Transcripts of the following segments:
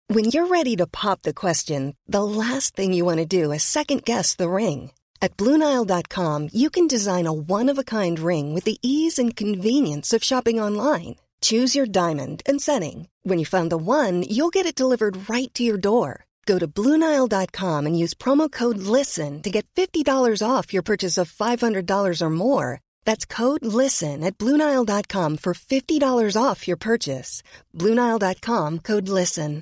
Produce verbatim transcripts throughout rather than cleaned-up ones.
When you're ready to pop the question, the last thing you want to do is second-guess the ring. At Blue Nile dot com, you can design a one-of-a-kind ring with the ease and convenience of shopping online. Choose your diamond and setting. When you find the one, you'll get it delivered right to your door. Go to Blue Nile dot com and use promo code LISTEN to get fifty dollars off your purchase of five hundred dollars or more. That's code LISTEN at Blue Nile dot com for fifty dollars off your purchase. Blue Nile dot com, code LISTEN.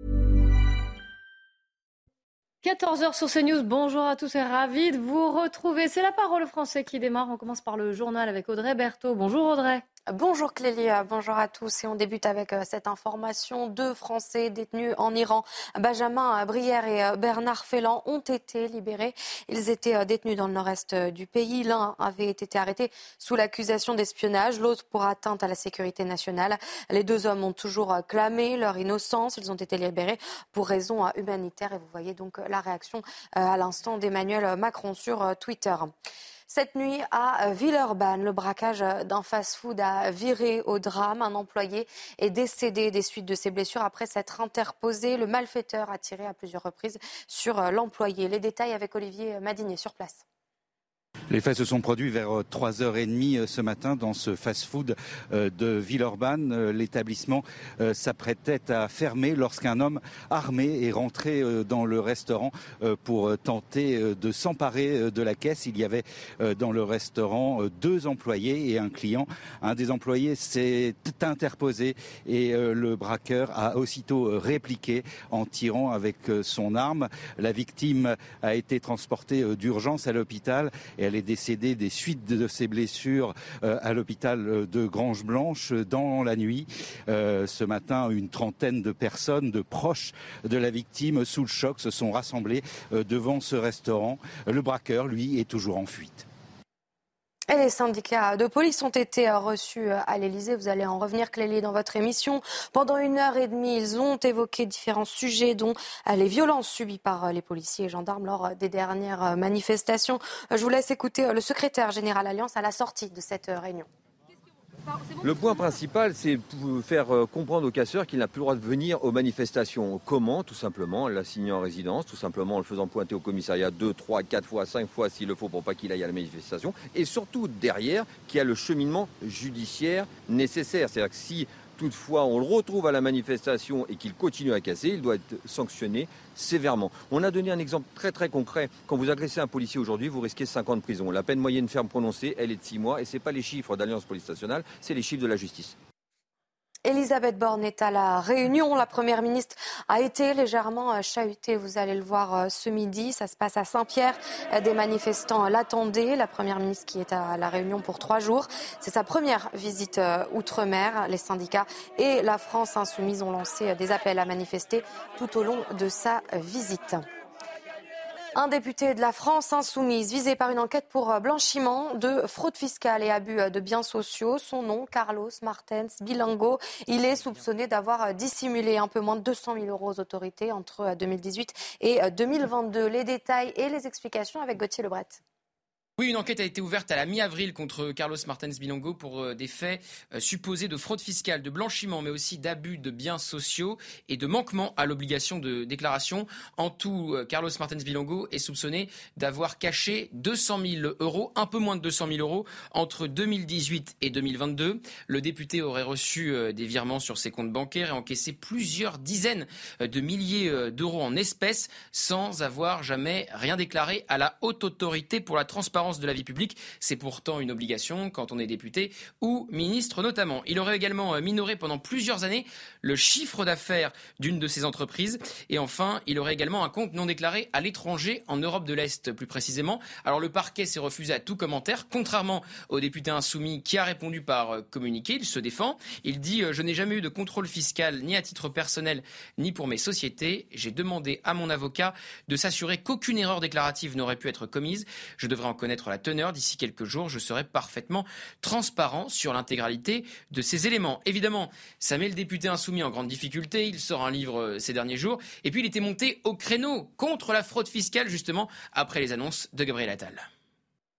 quatorze heures sur CNews, bonjour à tous et ravi de vous retrouver. C'est la parole aux Français qui démarre. On commence par le journal avec Audrey Berthaud. Bonjour Audrey. Bonjour Clélie, bonjour à tous et on débute avec cette information. Deux Français détenus en Iran, Benjamin Brière et Bernard Féland, ont été libérés. Ils étaient détenus dans le nord-est du pays. L'un avait été arrêté sous l'accusation d'espionnage, l'autre pour atteinte à la sécurité nationale. Les deux hommes ont toujours clamé leur innocence. Ils ont été libérés pour raisons humanitaires et vous voyez donc la réaction à l'instant d'Emmanuel Macron sur Twitter. Cette nuit, à Villeurbanne, le braquage d'un fast-food a viré au drame. Un employé est décédé des suites de ses blessures après s'être interposé. Le malfaiteur a tiré à plusieurs reprises sur l'employé. Les détails avec Olivier Madinier sur place. Les faits se sont produits vers trois heures trente ce matin dans ce fast-food de Villeurbanne. L'établissement s'apprêtait à fermer lorsqu'un homme armé est rentré dans le restaurant pour tenter de s'emparer de la caisse. Il y avait dans le restaurant deux employés et un client. Un des employés s'est interposé et le braqueur a aussitôt répliqué en tirant avec son arme. La victime a été transportée d'urgence à l'hôpital et elle est décédée des suites de ses blessures à l'hôpital de Grange-Blanche dans la nuit. Ce matin, une trentaine de personnes, de proches de la victime, sous le choc, se sont rassemblées devant ce restaurant. Le braqueur, lui, est toujours en fuite. Et les syndicats de police ont été reçus à l'Elysée. Vous allez en revenir, Clélie, dans votre émission. Pendant une heure et demie, ils ont évoqué différents sujets, dont les violences subies par les policiers et gendarmes lors des dernières manifestations. Je vous laisse écouter le secrétaire général Alliance à la sortie de cette réunion. Le point principal, c'est faire comprendre aux casseurs qu'il n'a plus le droit de venir aux manifestations. Comment ? Tout simplement, en l'assignant en résidence, tout simplement en le faisant pointer au commissariat deux, trois, quatre fois, cinq fois s'il le faut pour pas qu'il aille à la manifestation. Et surtout, derrière, qu'il y a le cheminement judiciaire nécessaire. C'est-à-dire que si toutefois on le retrouve à la manifestation et qu'il continue à casser, il doit être sanctionné sévèrement. On a donné un exemple très très concret. Quand vous agressez un policier aujourd'hui, vous risquez cinq ans de prison. La peine moyenne ferme prononcée, elle est de six mois et ce n'est pas les chiffres d'Alliance Police Nationale, c'est les chiffres de la justice. Elisabeth Borne est à la Réunion. La Première ministre a été légèrement chahutée. Vous allez le voir ce midi. Ça se passe à Saint-Pierre. Des manifestants l'attendaient. La Première ministre qui est à la Réunion pour trois jours. C'est sa première visite outre-mer. Les syndicats et la France insoumise ont lancé des appels à manifester tout au long de sa visite. Un député de la France insoumise visé par une enquête pour blanchiment de fraude fiscale et abus de biens sociaux. Son nom, Carlos Martens Bilango. Il est soupçonné d'avoir dissimulé un peu moins de deux cent mille euros aux autorités entre deux mille dix-huit et deux mille vingt-deux. Les détails et les explications avec Gauthier Lebret. Oui, une enquête a été ouverte à la mi-avril contre Carlos Martens Bilango pour euh, des faits euh, supposés de fraude fiscale, de blanchiment, mais aussi d'abus de biens sociaux et de manquement à l'obligation de déclaration. En tout, euh, Carlos Martens Bilango est soupçonné d'avoir caché deux cent mille euros, un peu moins de deux cent mille euros, entre deux mille dix-huit et deux mille vingt-deux. Le député aurait reçu euh, des virements sur ses comptes bancaires et encaissé plusieurs dizaines euh, de milliers euh, d'euros en espèces sans avoir jamais rien déclaré à la Haute Autorité pour la transparence de la vie publique. C'est pourtant une obligation quand on est député ou ministre notamment. Il aurait également minoré pendant plusieurs années le chiffre d'affaires d'une de ses entreprises. Et enfin, il aurait également un compte non déclaré à l'étranger, en Europe de l'Est plus précisément. Alors le parquet s'est refusé à tout commentaire, contrairement au député insoumis qui a répondu par communiqué. Il se défend. Il dit « Je n'ai jamais eu de contrôle fiscal ni à titre personnel ni pour mes sociétés. J'ai demandé à mon avocat de s'assurer qu'aucune erreur déclarative n'aurait pu être commise. Je devrais en connaître la teneur. D'ici quelques jours, je serai parfaitement transparent sur l'intégralité de ces éléments. » Évidemment, ça met le député insoumis en grande difficulté. Il sort un livre ces derniers jours. Et puis, il était monté au créneau contre la fraude fiscale, justement, après les annonces de Gabriel Attal.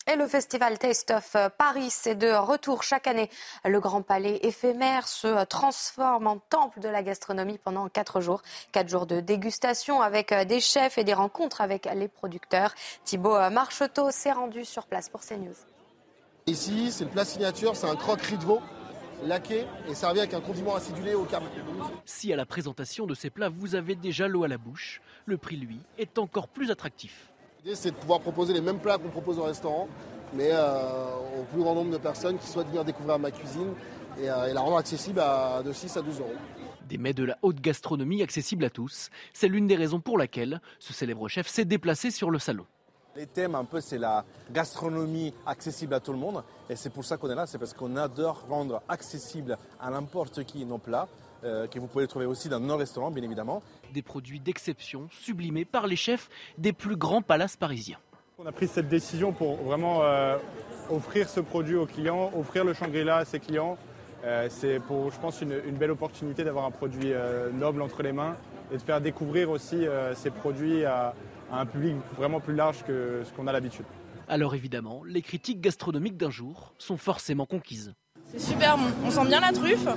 Et le festival Taste of Paris, c'est de retour chaque année. Le Grand Palais éphémère se transforme en temple de la gastronomie pendant quatre jours. Quatre jours de dégustation avec des chefs et des rencontres avec les producteurs. Thibaut Marcheteau s'est rendu sur place pour CNews. Ici, c'est le plat signature, c'est un croque-riz de veau laqué et servi avec un condiment acidulé au carbone. Si à la présentation de ces plats, vous avez déjà l'eau à la bouche, le prix, lui, est encore plus attractif. L'idée, c'est de pouvoir proposer les mêmes plats qu'on propose au restaurant, mais euh, au plus grand nombre de personnes qui souhaitent venir découvrir ma cuisine et, euh, et la rendre accessible à, de six à douze euros. Des mets de la haute gastronomie accessibles à tous, c'est l'une des raisons pour laquelle ce célèbre chef s'est déplacé sur le salon. Les thèmes, un peu, c'est la gastronomie accessible à tout le monde. Et c'est pour ça qu'on est là, c'est parce qu'on adore rendre accessible à n'importe qui nos plats, euh, que vous pouvez trouver aussi dans nos restaurants, bien évidemment. Des produits d'exception sublimés par les chefs des plus grands palaces parisiens. On a pris cette décision pour vraiment euh, offrir ce produit aux clients, offrir le Shangri-La à ses clients. Euh, c'est pour, je pense, une, une belle opportunité d'avoir un produit euh, noble entre les mains et de faire découvrir aussi euh, ces produits à, à un public vraiment plus large que ce qu'on a l'habitude. Alors évidemment, les critiques gastronomiques d'un jour sont forcément conquises. C'est super bon, on sent bien la truffe.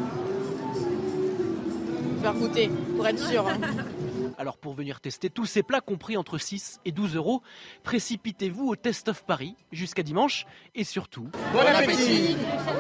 Faire goûter, pour être sûr. Hein. Alors pour venir tester tous ces plats compris entre six et douze euros, précipitez-vous au Taste of Paris jusqu'à dimanche et surtout... Bon appétit.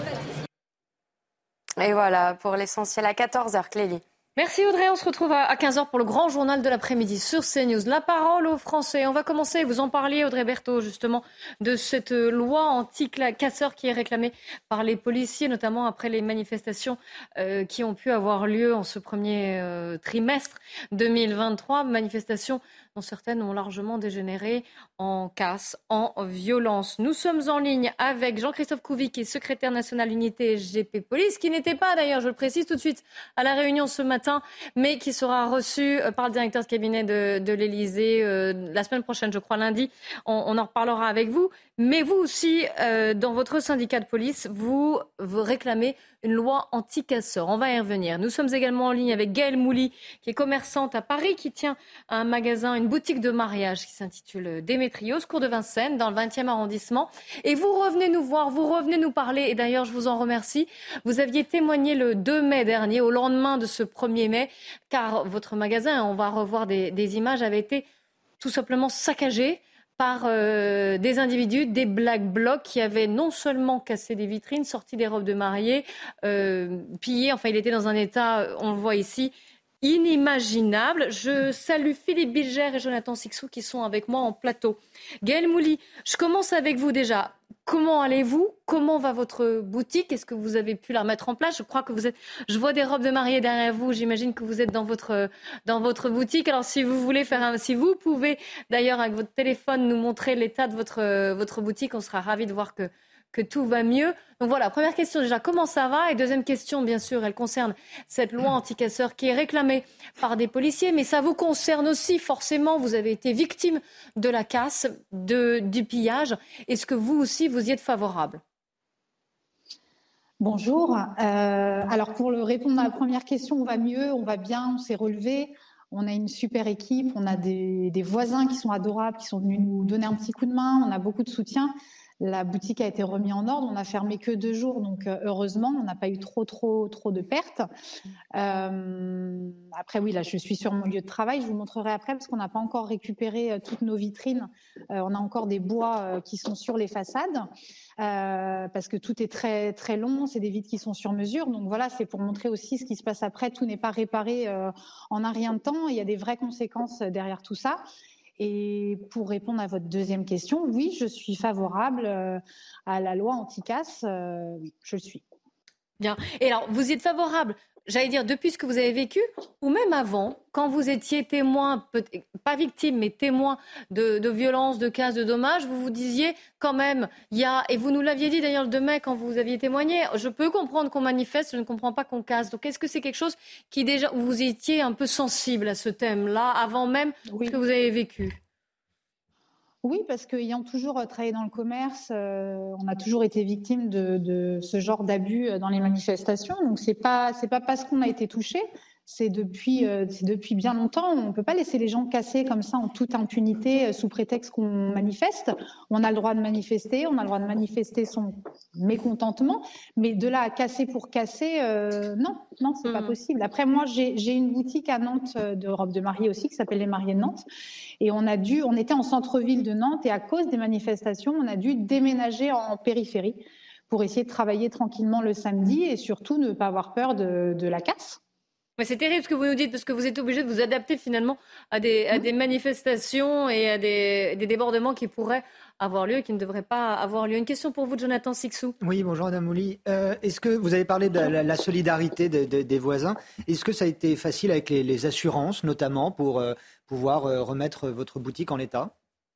Et voilà pour l'essentiel à quatorze heures, Clélie. Merci Audrey, on se retrouve à quinze heures pour le grand journal de l'après-midi sur CNews. La parole aux Français. On va commencer, vous en parliez Audrey Berthaud justement, de cette loi anti-casseurs qui est réclamée par les policiers, notamment après les manifestations euh, qui ont pu avoir lieu en ce premier euh, trimestre deux mille vingt-trois. Manifestations dont certaines ont largement dégénéré en casse, en violence. Nous sommes en ligne avec Jean-Christophe Couvi, qui est secrétaire national unité S G P Police, qui n'était pas d'ailleurs, je le précise tout de suite, à la réunion ce matin, mais qui sera reçu par le directeur de cabinet de, de l'Élysée euh, la semaine prochaine, je crois lundi. On, on en reparlera avec vous. Mais vous aussi, euh, dans votre syndicat de police, vous, vous réclamez une loi anti-casseurs. On va y revenir. Nous sommes également en ligne avec Gaëlle Mouly, qui est commerçante à Paris, qui tient un magasin, une boutique de mariage qui s'intitule Démétrios, cours de Vincennes, dans le vingtième arrondissement. Et vous revenez nous voir, vous revenez nous parler. Et d'ailleurs, je vous en remercie. Vous aviez témoigné le deux mai dernier, au lendemain de ce premier mai, car votre magasin, on va revoir des, des images, avait été tout simplement saccagé par euh, des individus, des Black Blocs qui avaient non seulement cassé des vitrines, sorti des robes de mariée, euh, pillé, enfin il était dans un état, on le voit ici, inimaginable. Je salue Philippe Bilger et Jonathan Sixou qui sont avec moi en plateau. Gaëlle Mouly, je commence avec vous déjà. Comment allez-vous ? Comment va votre boutique ? Est-ce que vous avez pu la remettre en place ? Je crois que vous êtes. Je vois des robes de mariée derrière vous. J'imagine que vous êtes dans votre dans votre boutique. Alors si vous voulez faire un, si vous pouvez d'ailleurs avec votre téléphone nous montrer l'état de votre votre boutique, on sera ravis de voir que que tout va mieux. Donc voilà, première question déjà, comment ça va ? Et deuxième question, bien sûr, elle concerne cette loi anti-casseurs qui est réclamée par des policiers, mais ça vous concerne aussi, forcément, vous avez été victime de la casse, de, du pillage. Est-ce que vous aussi, vous y êtes favorable ? Bonjour. Euh, alors pour le répondre à la première question, on va mieux, on va bien, on s'est relevé. On a une super équipe, on a des, des voisins qui sont adorables, qui sont venus nous donner un petit coup de main, on a beaucoup de soutien. La boutique a été remise en ordre, on n'a fermé que deux jours, donc euh, heureusement, on n'a pas eu trop, trop, trop de pertes. Euh, après, oui, là, je suis sur mon lieu de travail, je vous montrerai après parce qu'on n'a pas encore récupéré euh, toutes nos vitrines. Euh, on a encore des bois euh, qui sont sur les façades euh, parce que tout est très, très long, c'est des vitres qui sont sur mesure. Donc voilà, c'est pour montrer aussi ce qui se passe après. Tout n'est pas réparé euh, en un rien de temps, il y a des vraies conséquences derrière tout ça. Et pour répondre à votre deuxième question, oui, je suis favorable euh, à la loi anti-casse. Euh, oui, je le suis. Bien. Et alors, vous y êtes favorable, j'allais dire, depuis ce que vous avez vécu, ou même avant, quand vous étiez témoin, pas victime, mais témoin de, de violences, de casses, de dommages, vous vous disiez quand même, il y a, et vous nous l'aviez dit d'ailleurs le deux mai quand vous aviez témoigné, je peux comprendre qu'on manifeste, je ne comprends pas qu'on casse. Donc est-ce que c'est quelque chose qui déjà, où vous étiez un peu sensible à ce thème-là, avant même oui. ce que vous avez vécu ? Oui, parce qu'ayant toujours travaillé dans le commerce, euh, on a toujours été victime de, de ce genre d'abus dans les manifestations. Donc, c'est pas, c'est pas parce qu'on a été touché, c'est depuis, euh, c'est depuis bien longtemps. On ne peut pas laisser les gens casser comme ça en toute impunité euh, sous prétexte qu'on manifeste. On a le droit de manifester, on a le droit de manifester son mécontentement, mais de là à casser pour casser, euh, non, non, c'est mmh. pas possible. Après, moi, j'ai, j'ai une boutique à Nantes euh, de robes de mariée aussi qui s'appelle Les Mariés de Nantes, et on a dû, on était en centre-ville de Nantes, et à cause des manifestations, on a dû déménager en périphérie pour essayer de travailler tranquillement le samedi et surtout ne pas avoir peur de, de la casse. Mais c'est terrible ce que vous nous dites, parce que vous êtes obligé de vous adapter finalement à des, à des manifestations et à des, des débordements qui pourraient avoir lieu et qui ne devraient pas avoir lieu. Une question pour vous, Jonathan Sicsou. Oui, bonjour Madame Mouly. Euh, est-ce que vous avez parlé de la, la solidarité de, de, des voisins? Est-ce que ça a été facile avec les, les assurances, notamment, pour euh, pouvoir euh, remettre votre boutique en état?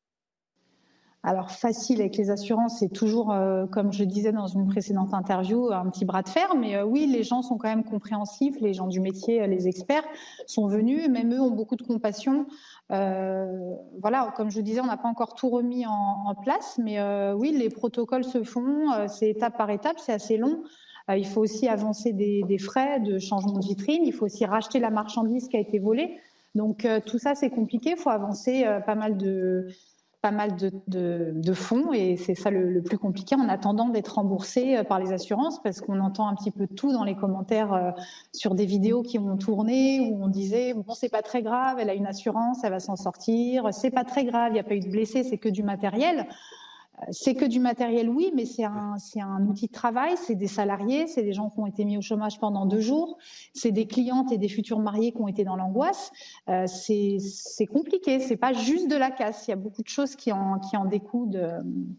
Alors, facile avec les assurances, c'est toujours, euh, comme je disais dans une précédente interview, un petit bras de fer. Mais euh, oui, les gens sont quand même compréhensifs, les gens du métier, les experts sont venus, même eux ont beaucoup de compassion. Euh, voilà, comme je vous disais, on n'a pas encore tout remis en, en place, mais euh, oui, les protocoles se font, euh, c'est étape par étape, c'est assez long. Euh, il faut aussi avancer des, des frais de changement de vitrine, il faut aussi racheter la marchandise qui a été volée. Donc euh, tout ça, c'est compliqué, il faut avancer euh, pas mal de... pas mal de, de, de fonds et c'est ça le, le plus compliqué en attendant d'être remboursé par les assurances parce qu'on entend un petit peu tout dans les commentaires euh, sur des vidéos qui ont tourné où on disait bon c'est pas très grave, elle a une assurance, elle va s'en sortir, c'est pas très grave, il n'y a pas eu de blessés, c'est que du matériel. C'est que du matériel, oui, mais c'est un, c'est un outil de travail, c'est des salariés, c'est des gens qui ont été mis au chômage pendant deux jours, c'est des clientes et des futurs mariés qui ont été dans l'angoisse. Euh, c'est, c'est compliqué, c'est pas juste de la casse, il y a beaucoup de choses qui en, qui en découlent de,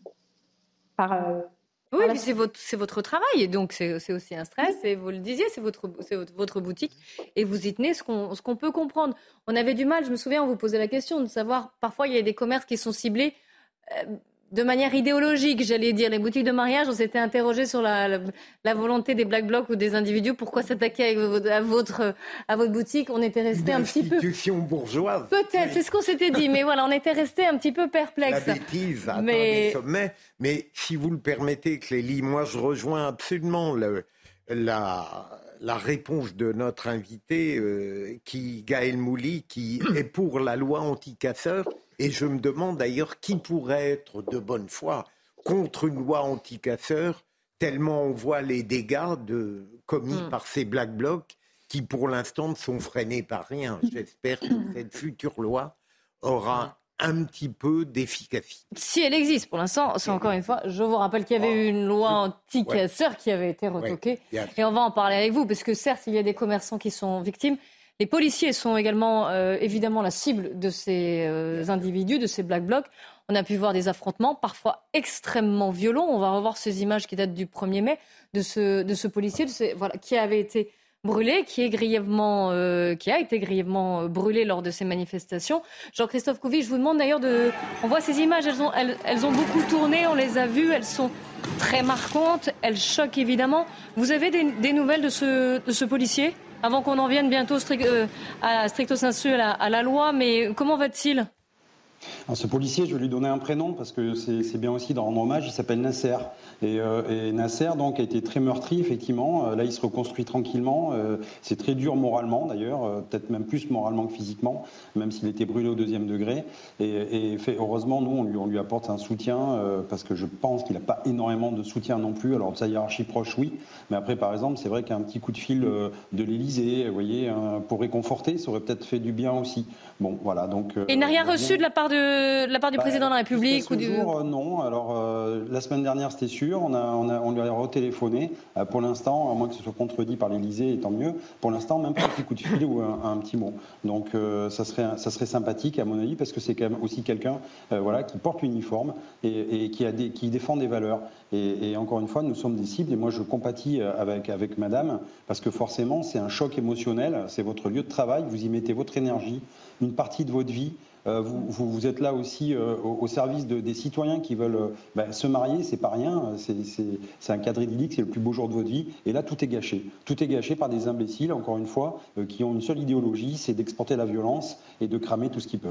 par... Euh, oui, mais c'est votre, c'est votre travail, et donc c'est, c'est aussi un stress, et vous le disiez, c'est votre, c'est votre, votre boutique, et vous y tenez, ce qu'on, ce qu'on peut comprendre. On avait du mal, je me souviens, on vous posait la question de savoir, parfois il y a des commerces qui sont ciblés... Euh, de manière idéologique, j'allais dire. Les boutiques de mariage, on s'était interrogé sur la, la, la volonté des Black Blocs ou des individus. Pourquoi s'attaquer à votre, à votre boutique? On était resté un petit peu... Une institution bourgeoise. Peut-être, oui. C'est ce qu'on s'était dit. Mais voilà, on était resté un petit peu perplexe. La bêtise atteint mais... des sommets. Mais si vous le permettez, Clélie, moi je rejoins absolument le, la... la réponse de notre invité, euh, qui, Gaël Mouly, qui est pour la loi anti-casseurs. Et je me demande d'ailleurs qui pourrait être de bonne foi contre une loi anti-casseurs, tellement on voit les dégâts de, commis mmh. par ces Black Blocs qui, pour l'instant, ne sont freinés par rien. J'espère que cette future loi aura un petit peu d'efficacité. Si elle existe, pour l'instant, c'est encore une fois, je vous rappelle qu'il y avait eu une loi anti-casseurs ouais. qui avait été retoquée. Ouais. Et on va en parler avec vous, parce que certes, il y a des commerçants qui sont victimes. Les policiers sont également euh, évidemment la cible de ces euh, individus, de ces Black Blocs. On a pu voir des affrontements parfois extrêmement violents. On va revoir ces images qui datent du premier mai de ce, de ce policier de ces, voilà, qui avait été brûlé, qui, est grièvement, euh, qui a été grièvement brûlé lors de ces manifestations. Jean-Christophe Couvi, je vous demande d'ailleurs de... On voit ces images, elles ont, elles, elles ont beaucoup tourné, on les a vues, elles sont très marquantes, elles choquent évidemment. Vous avez des, des nouvelles de ce, de ce policier ? Avant qu'on en vienne bientôt strict, euh, à stricto sensu à la, à la loi, mais comment va-t-il ? Alors, ce policier, je vais lui donner un prénom parce que c'est, c'est bien aussi d'en rendre hommage. Il s'appelle Nasser. Et, euh, et Nasser, donc, a été très meurtri, effectivement. Euh, là, il se reconstruit tranquillement. Euh, c'est très dur moralement, d'ailleurs, euh, peut-être même plus moralement que physiquement, même s'il était brûlé au deuxième degré. Et, et fait, heureusement, nous, on lui, on lui apporte un soutien euh, parce que je pense qu'il n'a pas énormément de soutien non plus. Alors, de sa hiérarchie proche, oui. Mais après, par exemple, c'est vrai qu'un petit coup de fil euh, de l'Élysée, vous voyez, euh, pour réconforter, ça aurait peut-être fait du bien aussi. Bon, voilà. Donc. Euh, et il n'a rien reçu de la part de, de la part du bah, président de la République ce ou du... jour, euh, non. Alors euh, la semaine dernière, c'était sûr. On a, on a, on lui a retéléphoné. Euh, pour l'instant, à moins que ce soit contredit par l'Élysée, et tant mieux. Pour l'instant, même pas un petit coup de fil ou un, un petit mot. Donc euh, ça serait, ça serait sympathique à mon avis, parce que c'est quand même aussi quelqu'un, euh, voilà, qui porte l'uniforme et, et qui a des, qui défend des valeurs. Et, et encore une fois, nous sommes des cibles. Et moi, je compatis avec avec Madame, parce que forcément, c'est un choc émotionnel. C'est votre lieu de travail. Vous y mettez votre énergie, une partie de votre vie. Euh, vous, vous, vous êtes là aussi euh, au, au service de, des citoyens qui veulent euh, bah, se marier, c'est pas rien, c'est, c'est, c'est un cadre idyllique, c'est le plus beau jour de votre vie, et là tout est gâché. Tout est gâché par des imbéciles, encore une fois, euh, qui ont une seule idéologie, c'est d'exporter la violence et de cramer tout ce qu'ils peuvent.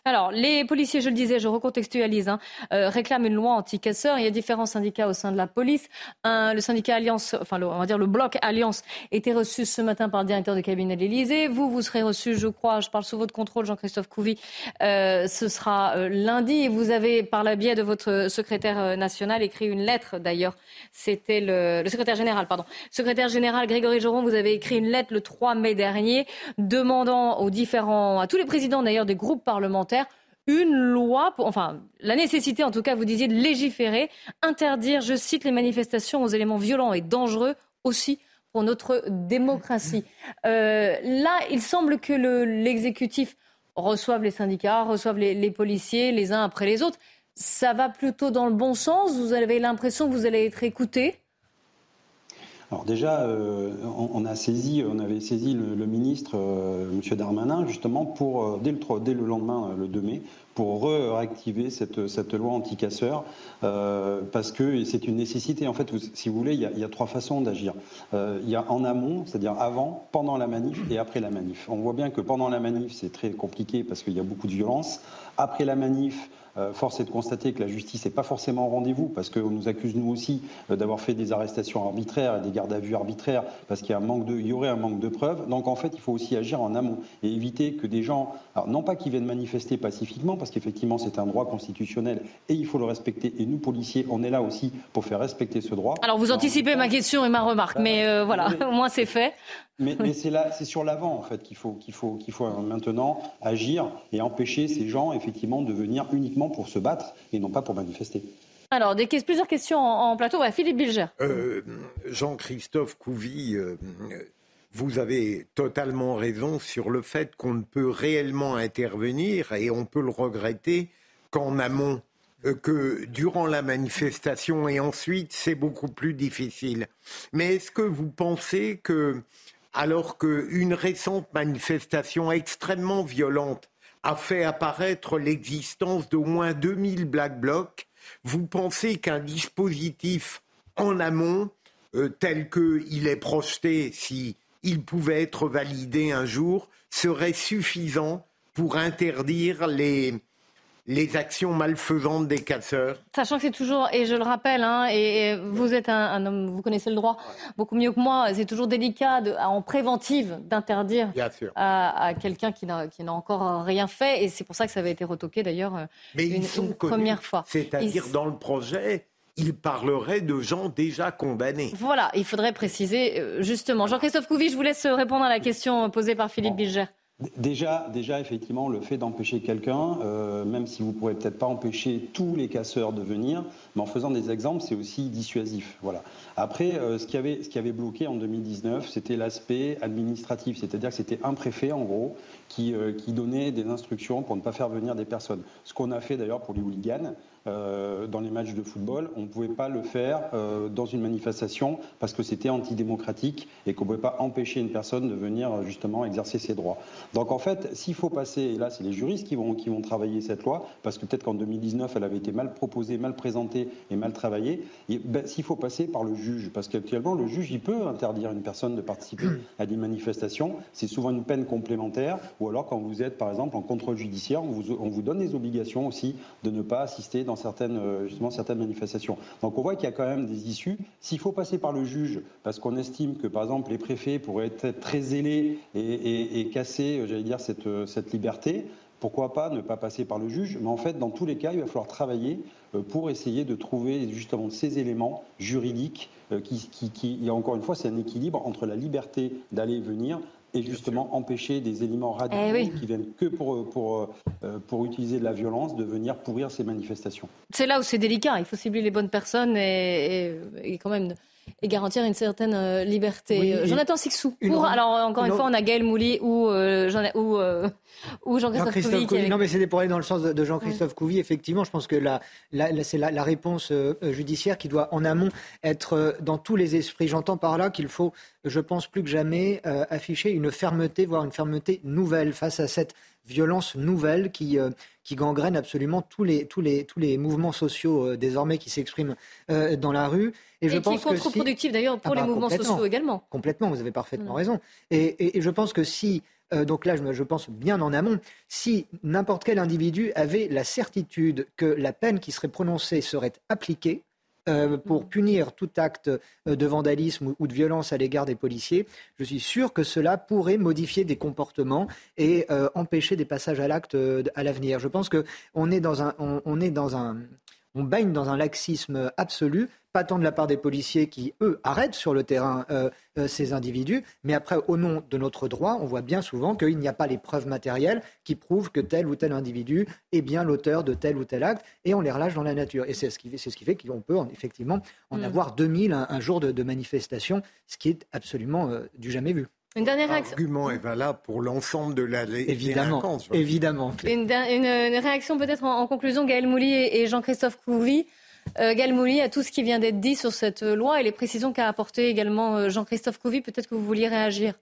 Alors, les policiers, je le disais, je recontextualise, hein, euh, réclament une loi anti-casseurs. Il y a différents syndicats au sein de la police. Un, le syndicat Alliance, enfin, le, on va dire le bloc Alliance, était reçu ce matin par le directeur de cabinet de l'Élysée. Vous, vous serez reçu, je crois, je parle sous votre contrôle, Jean-Christophe Couvi, euh, ce sera euh, lundi. Et vous avez, par le biais de votre secrétaire national, écrit une lettre, d'ailleurs. C'était le, le secrétaire général, pardon. Secrétaire général Grégory Joron, vous avez écrit une lettre le trois mai dernier, demandant aux différents, à tous les présidents d'ailleurs des groupes parlementaires, une loi, pour, enfin la nécessité en tout cas, vous disiez, de légiférer, interdire, je cite, les manifestations aux éléments violents et dangereux aussi pour notre démocratie. Euh, là, il semble que le, l'exécutif reçoive les syndicats, reçoive les, les policiers les uns après les autres. Ça va plutôt dans le bon sens? Vous avez l'impression que vous allez être écoutés? Alors déjà, euh, on, on a saisi, on avait saisi le, le ministre, euh, M. Darmanin, justement, pour, euh, dès, le, dès le lendemain, le deux mai, pour réactiver cette, cette loi anti-casseurs, euh, parce que c'est une nécessité. En fait, vous, si vous voulez, il y, a, il y a trois façons d'agir. Euh, il y a en amont, c'est-à-dire avant, pendant la manif et après la manif. On voit bien que pendant la manif, c'est très compliqué parce qu'il y a beaucoup de violence. Après la manif, Euh, force est de constater que la justice n'est pas forcément au rendez-vous parce qu'on nous accuse nous aussi euh, d'avoir fait des arrestations arbitraires et des gardes à vue arbitraires parce qu'il y, a un manque de, il y aurait un manque de preuves. Donc en fait, il faut aussi agir en amont et éviter que des gens, alors non pas qu'ils viennent manifester pacifiquement parce qu'effectivement c'est un droit constitutionnel et il faut le respecter. Et nous, policiers, on est là aussi pour faire respecter ce droit. Alors vous anticipez ma question et ma remarque, mais euh, voilà, mais, au moins c'est fait. Mais, mais c'est, là, c'est sur l'avant en fait qu'il faut, qu'il faut, qu'il faut maintenant agir et empêcher ces gens effectivement de venir uniquement pour se battre et non pas pour manifester. Alors, des, plusieurs questions en, en plateau. Ouais, Philippe Bilger. Euh, Jean-Christophe Couvi, euh, vous avez totalement raison sur le fait qu'on ne peut réellement intervenir, et on peut le regretter, qu'en amont, euh, que durant la manifestation, et ensuite, c'est beaucoup plus difficile. Mais est-ce que vous pensez que, alors qu'une récente manifestation extrêmement violente a fait apparaître l'existence d'au moins deux mille Black Blocs, vous pensez qu'un dispositif en amont, euh, tel qu'il est projeté, si il pouvait être validé un jour, serait suffisant pour interdire les, les actions malfaisantes des casseurs? Sachant que c'est toujours, et je le rappelle, hein, et, et vous êtes un, un homme, vous connaissez le droit beaucoup mieux que moi, c'est toujours délicat de, en préventive d'interdire à, à quelqu'un qui n'a, qui n'a encore rien fait, et c'est pour ça que ça avait été retoqué d'ailleurs Mais une, une première fois. C'est-à-dire ils... dans le projet, il parlerait de gens déjà condamnés. Voilà, il faudrait préciser justement. Jean-Christophe Couvi, je vous laisse répondre à la question posée par Philippe bon. Bilger. Déjà, déjà, effectivement, le fait d'empêcher quelqu'un, euh, même si vous ne pourrez peut-être pas empêcher tous les casseurs de venir, mais en faisant des exemples, c'est aussi dissuasif. Voilà. Après, euh, ce qui avait, ce qui avait bloqué en deux mille dix-neuf, c'était l'aspect administratif, c'est-à-dire que c'était un préfet, en gros, qui, euh, qui donnait des instructions pour ne pas faire venir des personnes. Ce qu'on a fait d'ailleurs pour les hooligans, euh, dans les matchs de football, on ne pouvait pas le faire euh, dans une manifestation parce que c'était antidémocratique et qu'on ne pouvait pas empêcher une personne de venir justement exercer ses droits. Donc en fait, s'il faut passer, et là c'est les juristes qui vont, qui vont travailler cette loi, parce que peut-être qu'en deux mille dix-neuf elle avait été mal proposée, mal présentée et mal travaillée, et ben, s'il faut passer par le juge, parce qu'actuellement le juge il peut interdire une personne de participer à des manifestations, c'est souvent une peine complémentaire, ou alors quand vous êtes par exemple en contrôle judiciaire, on vous, on vous donne des obligations aussi de ne pas assister dans certaines, justement, certaines manifestations. Donc on voit qu'il y a quand même des issues. S'il faut passer par le juge, parce qu'on estime que par exemple les préfets pourraient être très zélés et, et, et casser, j'allais dire, cette, cette liberté, pourquoi pas ne pas passer par le juge? Mais en fait, dans tous les cas, il va falloir travailler pour essayer de trouver justement ces éléments juridiques qui, qui, qui et encore une fois, c'est un équilibre entre la liberté d'aller et venir et justement empêcher des éléments radicaux eh oui. qui viennent que pour, pour, pour utiliser de la violence de venir pourrir ces manifestations. C'est là où c'est délicat, il faut cibler les bonnes personnes et, et, et quand même et garantir une certaine euh, liberté. Oui, euh, Jonathan Sixou, pour, alors encore une, une fois on a Gaël Mouly ou, euh, Jean, ou, euh, ou Jean-Christophe Jean Couvi. Avec... Non mais c'était pour aller dans le sens de, de Jean-Christophe oui. Couvi. Effectivement, je pense que la, la, la, c'est la, la réponse euh, judiciaire qui doit en amont être euh, dans tous les esprits. J'entends par là qu'il faut, je pense plus que jamais, euh, afficher une fermeté, voire une fermeté nouvelle face à cette violence nouvelle qui, euh, qui gangrène absolument tous les, tous les, tous les mouvements sociaux euh, désormais qui s'expriment euh, dans la rue. Et, Et je qui pense est contre-productif si... d'ailleurs pour ah bah, les mouvements sociaux également. Complètement, vous avez parfaitement mmh. raison. Et, et, et je pense que si, euh, donc là je, je pense bien en amont, si n'importe quel individu avait la certitude que la peine qui serait prononcée serait appliquée, Euh, pour punir tout acte euh, de vandalisme ou, ou de violence à l'égard des policiers, je suis sûr que cela pourrait modifier des comportements et euh, empêcher des passages à l'acte euh, à l'avenir. Je pense qu'on est dans un, on, on est dans un, on baigne dans un laxisme absolu, pas tant de la part des policiers qui, eux, arrêtent sur le terrain euh, euh, ces individus, mais après, au nom de notre droit, on voit bien souvent qu'il n'y a pas les preuves matérielles qui prouvent que tel ou tel individu est bien l'auteur de tel ou tel acte, et on les relâche dans la nature. Et c'est ce qui, c'est ce qui fait qu'on peut, en, effectivement, en mmh. avoir deux mille un, un jour de, de manifestation, ce qui est absolument euh, du jamais vu. Une dernière réaction. L'argument est valable pour l'ensemble de la évidemment, délinquance. Évidemment. Une, une, une réaction peut-être en, en conclusion, Gaël Mouly et, et Jean-Christophe Couvi. Euh, Gaël Mouly, à tout ce qui vient d'être dit sur cette loi et les précisions qu'a apporté également Jean-Christophe Couvi, peut-être que vous vouliez réagir.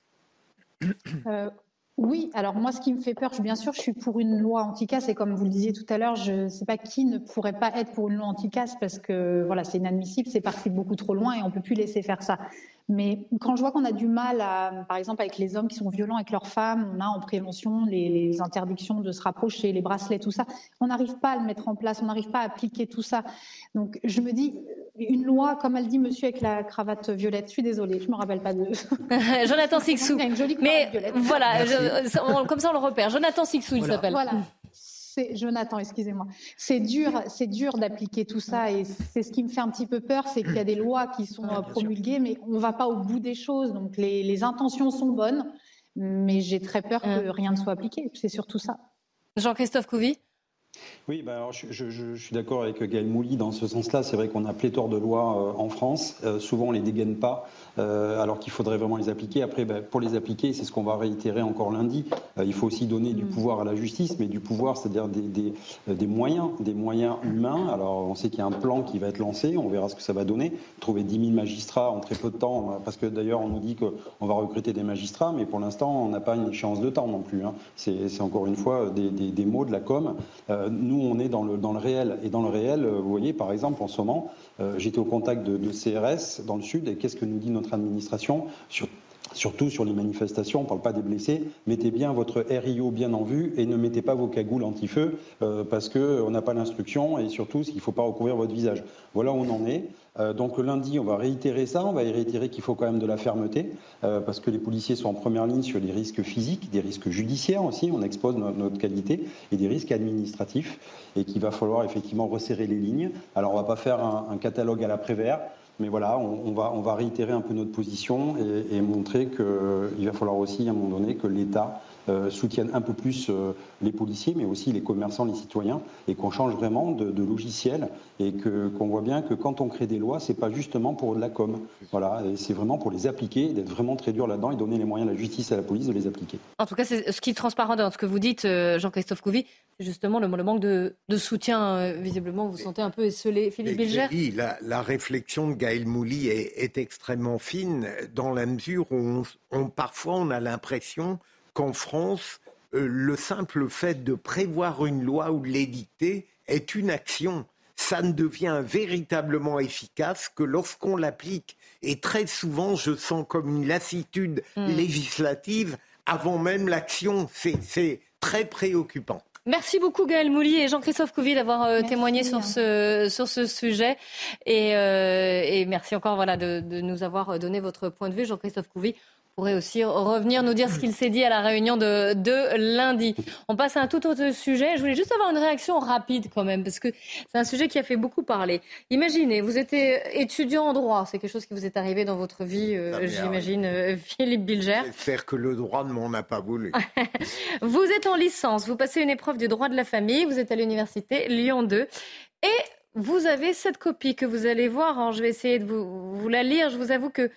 Euh, oui, alors moi, ce qui me fait peur, bien sûr, je suis pour une loi anti-casse et comme vous le disiez tout à l'heure, je ne sais pas qui ne pourrait pas être pour une loi anti-casse parce que voilà, c'est inadmissible, c'est parti beaucoup trop loin et on ne peut plus laisser faire ça. Mais quand je vois qu'on a du mal, à, par exemple, avec les hommes qui sont violents avec leurs femmes, on a en prévention les, les interdictions de se rapprocher, les bracelets, tout ça, on n'arrive pas à le mettre en place, on n'arrive pas à appliquer tout ça. Donc je me dis, une loi, comme elle dit monsieur avec la cravate violette, je suis désolée, je ne me rappelle pas de... Jonathan Sixou. Il a une jolie Mais violette. voilà, je, on, comme ça on le repère. Jonathan Sixou, il voilà. s'appelle. Voilà. C'est Jonathan, excusez-moi. C'est dur, c'est dur d'appliquer tout ça et c'est ce qui me fait un petit peu peur, c'est qu'il y a des lois qui sont ah, promulguées, sûr. Mais on ne va pas au bout des choses. Donc les, les intentions sont bonnes, mais j'ai très peur que mmh. rien ne soit appliqué. C'est surtout ça. Jean-Christophe Couvi. Oui, bah alors je, je, je suis d'accord avec Gaël Mouly dans ce sens-là. C'est vrai qu'on a pléthore de lois euh, en France. Euh, souvent, on ne les dégaine pas, euh, alors qu'il faudrait vraiment les appliquer. Après, bah, pour les appliquer, c'est ce qu'on va réitérer encore lundi. Euh, il faut aussi donner mmh. du pouvoir à la justice, mais du pouvoir, c'est-à-dire des, des, des moyens, des moyens humains. Alors, on sait qu'il y a un plan qui va être lancé. On verra ce que ça va donner. Trouver dix mille magistrats en très peu de temps, parce que d'ailleurs, on nous dit qu'on va recruter des magistrats, mais pour l'instant, on n'a pas une échéance de temps non plus. Hein. C'est, c'est encore une fois des, des, des mots de la com. Euh, nous, on est dans le, dans le réel. Et dans le réel, vous voyez, par exemple, en ce moment, euh, j'étais au contact de, de C R S dans le Sud, et qu'est-ce que nous dit notre administration sur, surtout sur les manifestations, on ne parle pas des blessés, mettez bien votre R I O bien en vue et ne mettez pas vos cagoules anti-feu euh, parce qu'on n'a pas l'instruction et surtout, il ne faut pas recouvrir votre visage. Voilà où on en est. Euh, donc lundi, on va réitérer ça, on va réitérer qu'il faut quand même de la fermeté, euh, parce que les policiers sont en première ligne sur les risques physiques, des risques judiciaires aussi, on expose notre, notre qualité, et des risques administratifs, et qu'il va falloir effectivement resserrer les lignes. Alors on ne va pas faire un, un catalogue à la Prévert, mais voilà, on, on, va, on va réitérer un peu notre position et, et montrer qu'il va falloir aussi à un moment donné que l'État euh, soutienne un peu plus euh, les policiers, mais aussi les commerçants, les citoyens, et qu'on change vraiment de, de logiciel et que, qu'on voit bien que quand on crée des lois, c'est pas justement pour de la com. Voilà, et c'est vraiment pour les appliquer, d'être vraiment très dur là-dedans et donner les moyens à la justice et à la police de les appliquer. En tout cas, c'est ce qui est transparent dans ce que vous dites, Jean-Christophe Couvi, c'est justement le, le manque de, de soutien. Visiblement, vous vous sentez un peu esselé. Philippe Bilger. Oui, la, la réflexion de Gaël Mouly est, est extrêmement fine dans la mesure où on, on, parfois on a l'impression qu'en France, euh, le simple fait de prévoir une loi ou de l'édicter est une action. Ça ne devient véritablement efficace que lorsqu'on l'applique. Et très souvent, je sens comme une lassitude mmh. législative avant même l'action. C'est, c'est très préoccupant. Merci beaucoup Gaël Mouly et Jean-Christophe Couvi d'avoir euh, témoigné sur ce, sur ce sujet. Et, euh, et merci encore voilà, de, de nous avoir donné votre point de vue. Jean-Christophe Couvi pourrait aussi revenir nous dire ce qu'il s'est dit à la réunion de, de lundi. On passe à un tout autre sujet. Je voulais juste avoir une réaction rapide quand même, parce que c'est un sujet qui a fait beaucoup parler. Imaginez, vous êtes étudiant en droit, c'est quelque chose qui vous est arrivé dans votre vie, euh, j'imagine, euh, Philippe Bilger. J'espère que le droit ne m'en a pas voulu. Vous êtes en licence, vous passez une épreuve du droit de la famille, vous êtes à l'université Lyon deux, et vous avez cette copie que vous allez voir. Alors je vais essayer de vous, vous la lire, je vous avoue que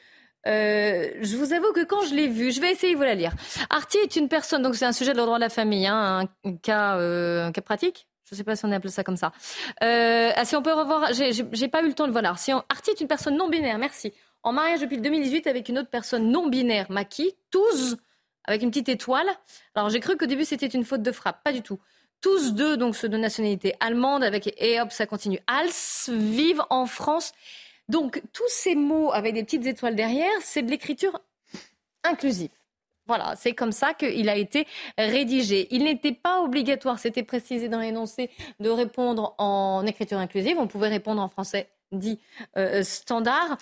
Euh, je vous avoue que quand je l'ai vue, je vais essayer de vous la lire. Arty est une personne, donc c'est un sujet de droit de la famille, hein, un, un, cas, euh, un cas pratique. Je ne sais pas si on appelle ça comme ça. Euh, ah, si on peut revoir, j'ai, j'ai, j'ai pas eu le temps de voir. Si on, Arty est une personne non binaire, merci. En mariage depuis le deux mille dix-huit avec une autre personne non binaire, Maki, tous avec une petite étoile. Alors j'ai cru qu'au début c'était une faute de frappe, pas du tout. Tous deux, donc ceux de nationalité allemande, avec et hop, ça continue. Als vivent en France. Donc tous ces mots avec des petites étoiles derrière, c'est de l'écriture inclusive. Voilà, c'est comme ça qu'il a été rédigé. Il n'était pas obligatoire, c'était précisé dans l'énoncé, de répondre en écriture inclusive. On pouvait répondre en français dit euh, standard.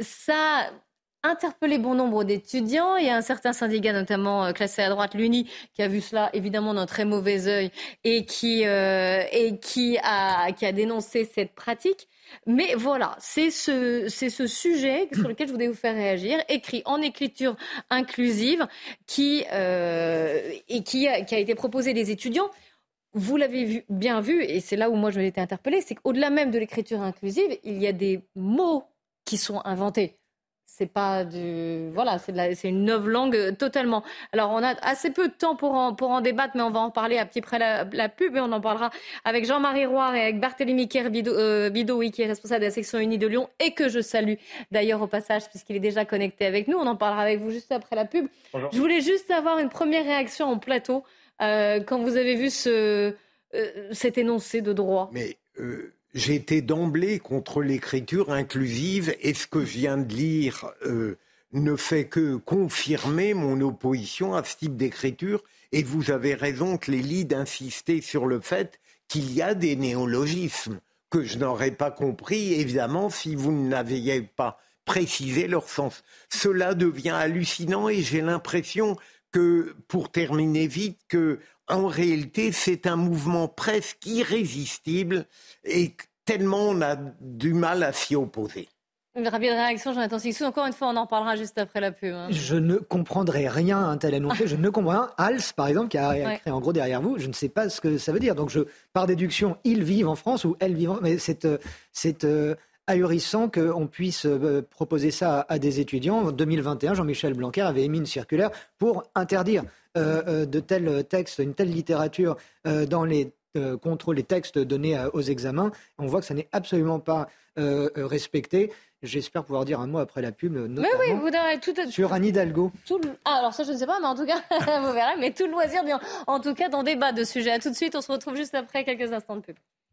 Ça interpellé bon nombre d'étudiants. Il y a un certain syndicat, notamment euh, classé à droite, l'Uni, qui a vu cela évidemment d'un très mauvais œil et qui, euh, et qui, a, qui a dénoncé cette pratique. Mais voilà, c'est ce, c'est ce sujet sur lequel je voulais vous faire réagir, écrit en écriture inclusive, qui, euh, et qui a, qui a été proposé des étudiants. Vous l'avez vu, bien vu, et c'est là où moi je m'ai été interpellée, c'est qu'au-delà même de l'écriture inclusive, il y a des mots qui sont inventés. C'est pas du, voilà, c'est, de la, c'est une nouvelle langue totalement. Alors on a assez peu de temps pour en, pour en débattre, mais on va en parler à petit près la, la pub, et on en parlera avec Jean-Marie Roire et avec Barthélémy Kerbido, euh, Bido, oui, qui est responsable de la section Unie de Lyon et que je salue d'ailleurs au passage puisqu'il est déjà connecté avec nous. On en parlera avec vous juste après la pub. Bonjour. Je voulais juste avoir une première réaction en plateau euh, quand vous avez vu ce, euh, cet énoncé de droit. Mais euh... J'étais d'emblée contre l'écriture inclusive et ce que je viens de lire euh, ne fait que confirmer mon opposition à ce type d'écriture. Et vous avez raison, Clélie, d'insister sur le fait qu'il y a des néologismes que je n'aurais pas compris, évidemment, si vous n'aviez pas précisé leur sens. Cela devient hallucinant et j'ai l'impression que, pour terminer vite, que en réalité, c'est un mouvement presque irrésistible et tellement on a du mal à s'y opposer. Une rapide réaction, Jonathan Sixou. Encore une fois, on en parlera juste après la pub. Hein. Je ne comprendrai rien à un tel énoncé. Je ne comprends rien. Hals, par exemple, qui a écrit ouais. en gros derrière vous, je ne sais pas ce que ça veut dire. Donc, je, par déduction, ils vivent en France ou elles vivent en France. Mais c'est, c'est euh, ahurissant qu'on puisse euh, proposer ça à, à des étudiants. En deux mille vingt et un, Jean-Michel Blanquer avait émis une circulaire pour interdire euh, euh, de tels textes, une telle littérature euh, dans les euh, contrôles, les textes donnés à, aux examens. On voit que ça n'est absolument pas euh, respecté. J'espère pouvoir dire un mot après la pub, notamment mais oui, vous avez tout, sur Anne Hidalgo. Tout le... ah, alors ça, je ne sais pas, mais en tout cas, vous verrez. Mais tout le loisir, en tout cas, d'en débattre de ce sujet. À tout de suite, on se retrouve juste après quelques instants de pub.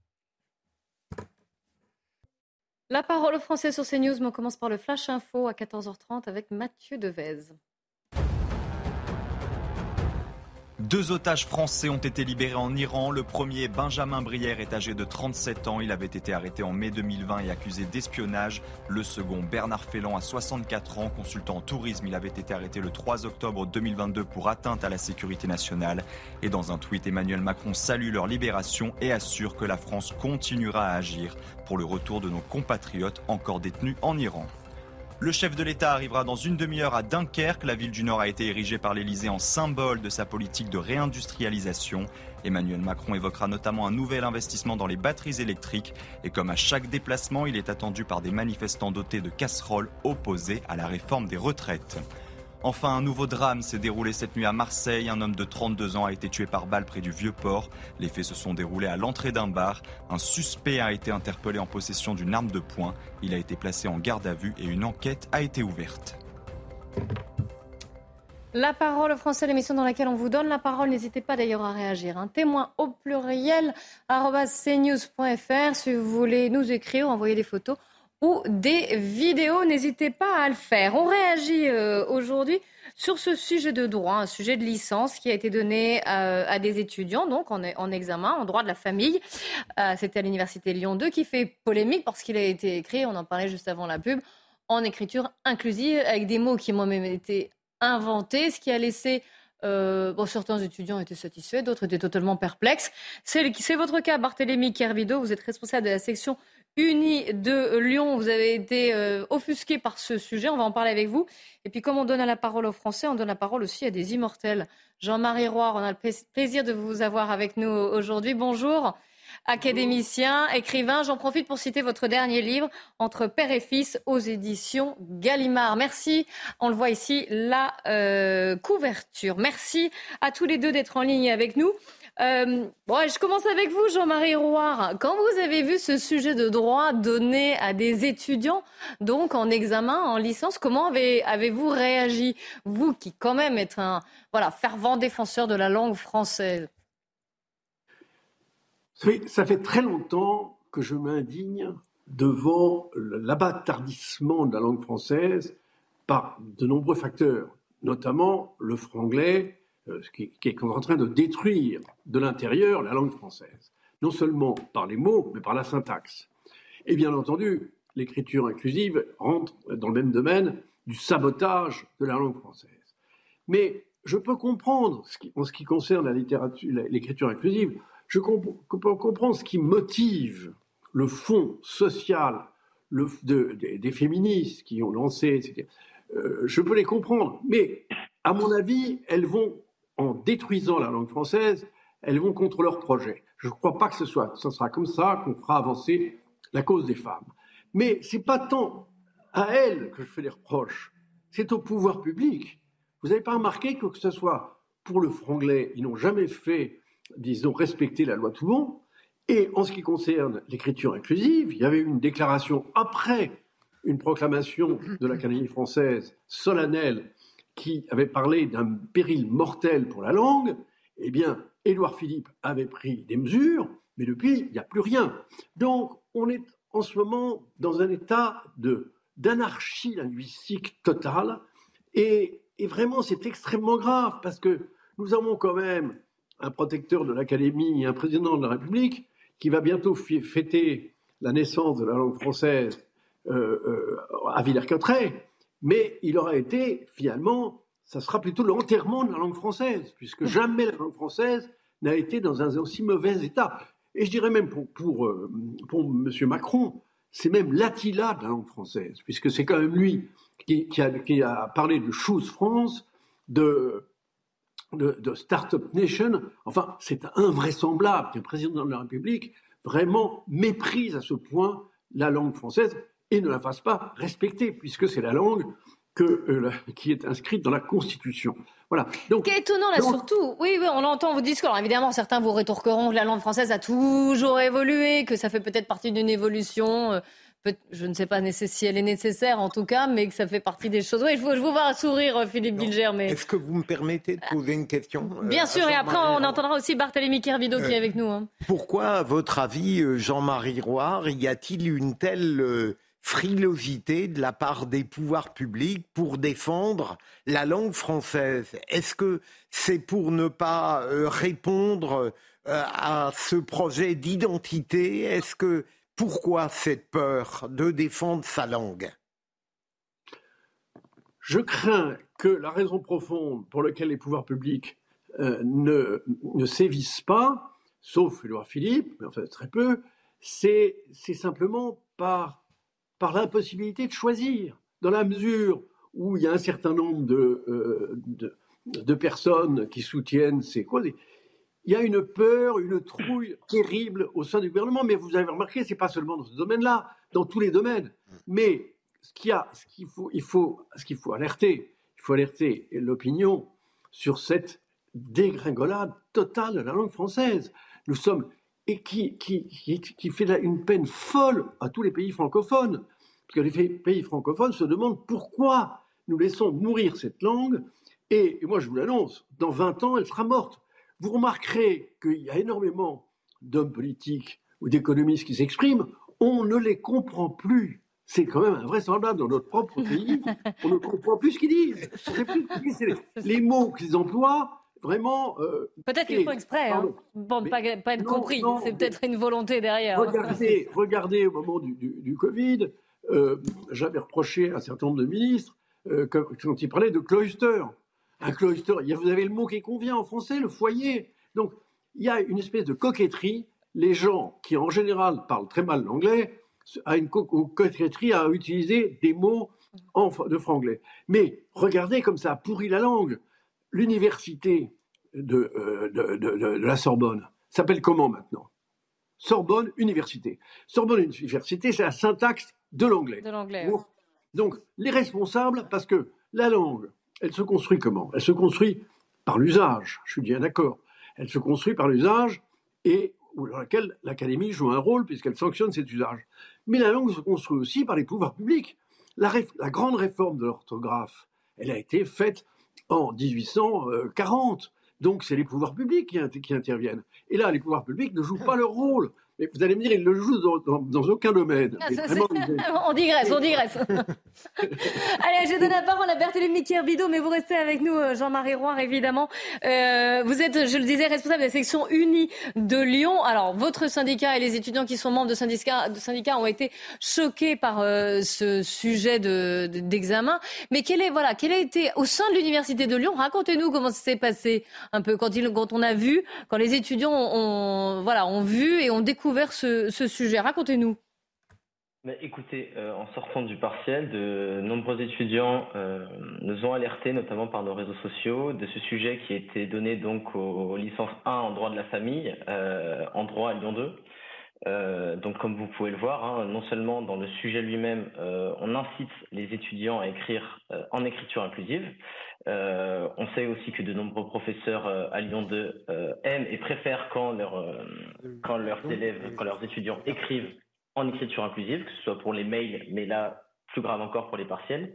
La parole aux Français sur CNews, mais on commence par le Flash Info à quatorze heures trente avec Mathieu Devez. Deux otages français ont été libérés en Iran. Le premier, Benjamin Brière, est âgé de trente-sept ans. Il avait été arrêté en mai deux mille vingt et accusé d'espionnage. Le second, Bernard Félan, a soixante-quatre ans. Consultant en tourisme, il avait été arrêté le trois octobre deux mille vingt-deux pour atteinte à la sécurité nationale. Et dans un tweet, Emmanuel Macron salue leur libération et assure que la France continuera à agir pour le retour de nos compatriotes encore détenus en Iran. Le chef de l'État arrivera dans une demi-heure à Dunkerque. La ville du Nord a été érigée par l'Élysée en symbole de sa politique de réindustrialisation. Emmanuel Macron évoquera notamment un nouvel investissement dans les batteries électriques. Et comme à chaque déplacement, il est attendu par des manifestants dotés de casseroles opposés à la réforme des retraites. Enfin, un nouveau drame s'est déroulé cette nuit à Marseille. Un homme de trente-deux ans a été tué par balle près du Vieux-Port. Les faits se sont déroulés à l'entrée d'un bar. Un suspect a été interpellé en possession d'une arme de poing. Il a été placé en garde à vue et une enquête a été ouverte. La parole aux Français, l'émission dans laquelle on vous donne la parole. N'hésitez pas d'ailleurs à réagir. Un témoin au pluriel, arobase c news point f r. Si vous voulez nous écrire, envoyer des photos ou des vidéos, n'hésitez pas à le faire. On réagit euh, aujourd'hui sur ce sujet de droit, un sujet de licence qui a été donné euh, à des étudiants, donc en, en examen, en droit de la famille. Euh, c'était à l'université Lyon deux, qui fait polémique parce qu'il a été écrit, on en parlait juste avant la pub, en écriture inclusive, avec des mots qui moi-même été inventés, ce qui a laissé... Euh, bon, certains étudiants étaient satisfaits, d'autres étaient totalement perplexes. C'est, c'est votre cas, Barthélémy Kerbido, vous êtes responsable de la section Unie de Lyon. Vous avez été euh, offusqué par ce sujet, on va en parler avec vous. Et puis comme on donne la parole aux Français, on donne la parole aussi à des immortels. Jean-Marie Roire, on a le plaisir de vous avoir avec nous aujourd'hui. Bonjour, académicien, écrivain. J'en profite pour citer votre dernier livre, Entre père et fils, aux éditions Gallimard. Merci, on le voit ici, la euh, couverture. Merci à tous les deux d'être en ligne avec nous. Euh, bon, je commence avec vous, Jean-Marie Rouard. Quand vous avez vu ce sujet de droit donné à des étudiants, donc en examen, en licence, comment avez, avez-vous réagi? Vous qui quand même êtes un voilà, fervent défenseur de la langue française. Ça fait très longtemps que je m'indigne devant l'abâtardissement de la langue française par de nombreux facteurs, notamment le franglais, euh, qui, qui est en train de détruire de l'intérieur la langue française, non seulement par les mots, mais par la syntaxe. Et bien entendu, l'écriture inclusive rentre dans le même domaine du sabotage de la langue française. Mais je peux comprendre, ce qui, en ce qui concerne la littérature, l'écriture inclusive, je comp- peux comprendre ce qui motive le fond social le, de, de, des féministes qui ont lancé, et cetera. Euh, je peux les comprendre, mais à mon avis, elles vont, en détruisant la langue française, elles vont contre leur projet. Je ne crois pas que ce soit, ce sera comme ça qu'on fera avancer la cause des femmes. Mais ce n'est pas tant à elles que je fais les reproches, c'est au pouvoir public. Vous n'avez pas remarqué que, que ce soit pour le franglais, ils n'ont jamais fait, disons, respecter la loi Toulon. Et en ce qui concerne l'écriture inclusive, il y avait une déclaration après une proclamation de l'Académie française solennelle qui avait parlé d'un péril mortel pour la langue. Eh bien, Édouard Philippe avait pris des mesures, mais depuis, il n'y a plus rien. Donc, on est en ce moment dans un état de, d'anarchie linguistique totale. Et, et vraiment, c'est extrêmement grave parce que nous avons quand même un protecteur de l'Académie et un président de la République qui va bientôt fêter la naissance de la langue française euh, euh, à Villers-Cotterêts, mais il aura été, finalement, ça sera plutôt l'enterrement de la langue française, puisque jamais la langue française n'a été dans un aussi mauvais état. Et je dirais même pour, pour, euh, pour M. Macron, c'est même l'attila de la langue française, puisque c'est quand même lui qui, qui, a, qui a parlé de Choose France, de... De, de Startup Nation. Enfin, c'est invraisemblable qu'un président de la République vraiment méprise à ce point la langue française et ne la fasse pas respecter, puisque c'est la langue que, euh, la, qui est inscrite dans la Constitution. Voilà. Donc, ce qui est étonnant là, donc, surtout, oui, oui, on entend vos discours. Alors, évidemment, certains vous rétorqueront que la langue française a toujours évolué, que ça fait peut-être partie d'une évolution. Euh, Je ne sais pas si elle est nécessaire, en tout cas, mais que ça fait partie des choses. Oui, je vous, je vous vois sourire, Philippe Bilger. Mais... Est-ce que vous me permettez de poser une question? Bien euh, sûr, et après, on entendra aussi Barthélémy Kervido euh, qui est avec nous. Hein. Pourquoi, à votre avis, Jean-Marie Rouard, y a-t-il une telle euh, frilosité de la part des pouvoirs publics pour défendre la langue française? Est-ce que c'est pour ne pas euh, répondre euh, à ce projet d'identité? Est-ce que Pourquoi cette peur de défendre sa langue? Je crains que la raison profonde pour laquelle les pouvoirs publics euh, ne, ne sévissent pas, sauf Édouard Philippe, mais en fait très peu, c'est, c'est simplement par, par l'impossibilité de choisir, dans la mesure où il y a un certain nombre de, euh, de, de personnes qui soutiennent ces causes. Il y a une peur, une trouille terrible au sein du gouvernement, mais vous avez remarqué, ce n'est pas seulement dans ce domaine-là, dans tous les domaines. Mais ce qu'il, y a, ce qu'il faut, il faut, ce qu'il faut alerter, il faut alerter l'opinion sur cette dégringolade totale de la langue française. Nous sommes, et qui, qui, qui, qui fait une peine folle à tous les pays francophones, parce que les pays francophones se demandent pourquoi nous laissons mourir cette langue, et, et moi je vous l'annonce, dans vingt ans, elle sera morte. Vous remarquerez qu'il y a énormément d'hommes politiques ou d'économistes qui s'expriment, on ne les comprend plus. C'est quand même invraisemblable dans notre propre pays, on ne comprend plus ce qu'ils disent. On sait plus ce qu'ils disent. Les, les mots qu'ils emploient, vraiment... Euh, peut-être qu'ils font exprès, hein, pour ne pas, pas être non, compris. Non, c'est peut-être une volonté derrière. Regardez, regardez au moment du, du, du Covid, euh, j'avais reproché à un certain nombre de ministres euh, quand, quand ils parlaient de cloister. Un cloister, vous avez le mot qui convient en français, le foyer. Donc, il y a une espèce de coquetterie. Les gens qui, en général, parlent très mal l'anglais, ont une, co- une coquetterie à utiliser des mots en, de franglais. Mais regardez comme ça a pourri la langue. L'université de, euh, de, de, de, de la Sorbonne s'appelle comment maintenant? Sorbonne Université. Sorbonne Université, c'est la syntaxe de l'anglais. De l'anglais. Donc, donc, les responsables, parce que la langue, elle se construit comment? Elle se construit par l'usage, je suis bien d'accord. Elle se construit par l'usage et dans laquelle l'Académie joue un rôle puisqu'elle sanctionne cet usage. Mais la langue se construit aussi par les pouvoirs publics. La, réf- la grande réforme de l'orthographe, elle a été faite en dix-huit cent quarante. Donc c'est les pouvoirs publics qui, qui interviennent. Et là, les pouvoirs publics ne jouent pas leur rôle. Mais vous allez me dire, ils ne le jouent dans, dans, dans aucun domaine. Ah, Mais ça, vraiment, c'est... ils- on digresse, on digresse. Allez, je donne la parole à Barthélémy Kerbidot, mais vous restez avec nous, Jean-Marie Roire, évidemment. Euh, vous êtes, je le disais, responsable de la section unie de Lyon. Alors, votre syndicat et les étudiants qui sont membres de syndicats, de syndicats ont été choqués par euh, ce sujet de, de, d'examen. Mais quel est, voilà, quel a été, au sein de l'Université de Lyon, racontez-nous comment ça s'est passé un peu quand, il, quand on a vu, quand les étudiants ont, voilà, ont vu et ont découvert Ce, ce sujet. Racontez-nous. Mais écoutez, euh, en sortant du partiel, de nombreux étudiants euh, nous ont alertés, notamment par nos réseaux sociaux, de ce sujet qui était donné donc aux, aux licences un en droit de la famille, euh, en droit à Lyon deux. Euh, donc comme vous pouvez le voir, hein, non seulement dans le sujet lui-même, euh, on incite les étudiants à écrire euh, en écriture inclusive. Euh, on sait aussi que de nombreux professeurs euh, à Lyon deux euh, aiment et préfèrent quand, leur, euh, quand leurs élèves, quand leurs étudiants écrivent en écriture inclusive, que ce soit pour les mails, mais là, plus grave encore pour les partiels.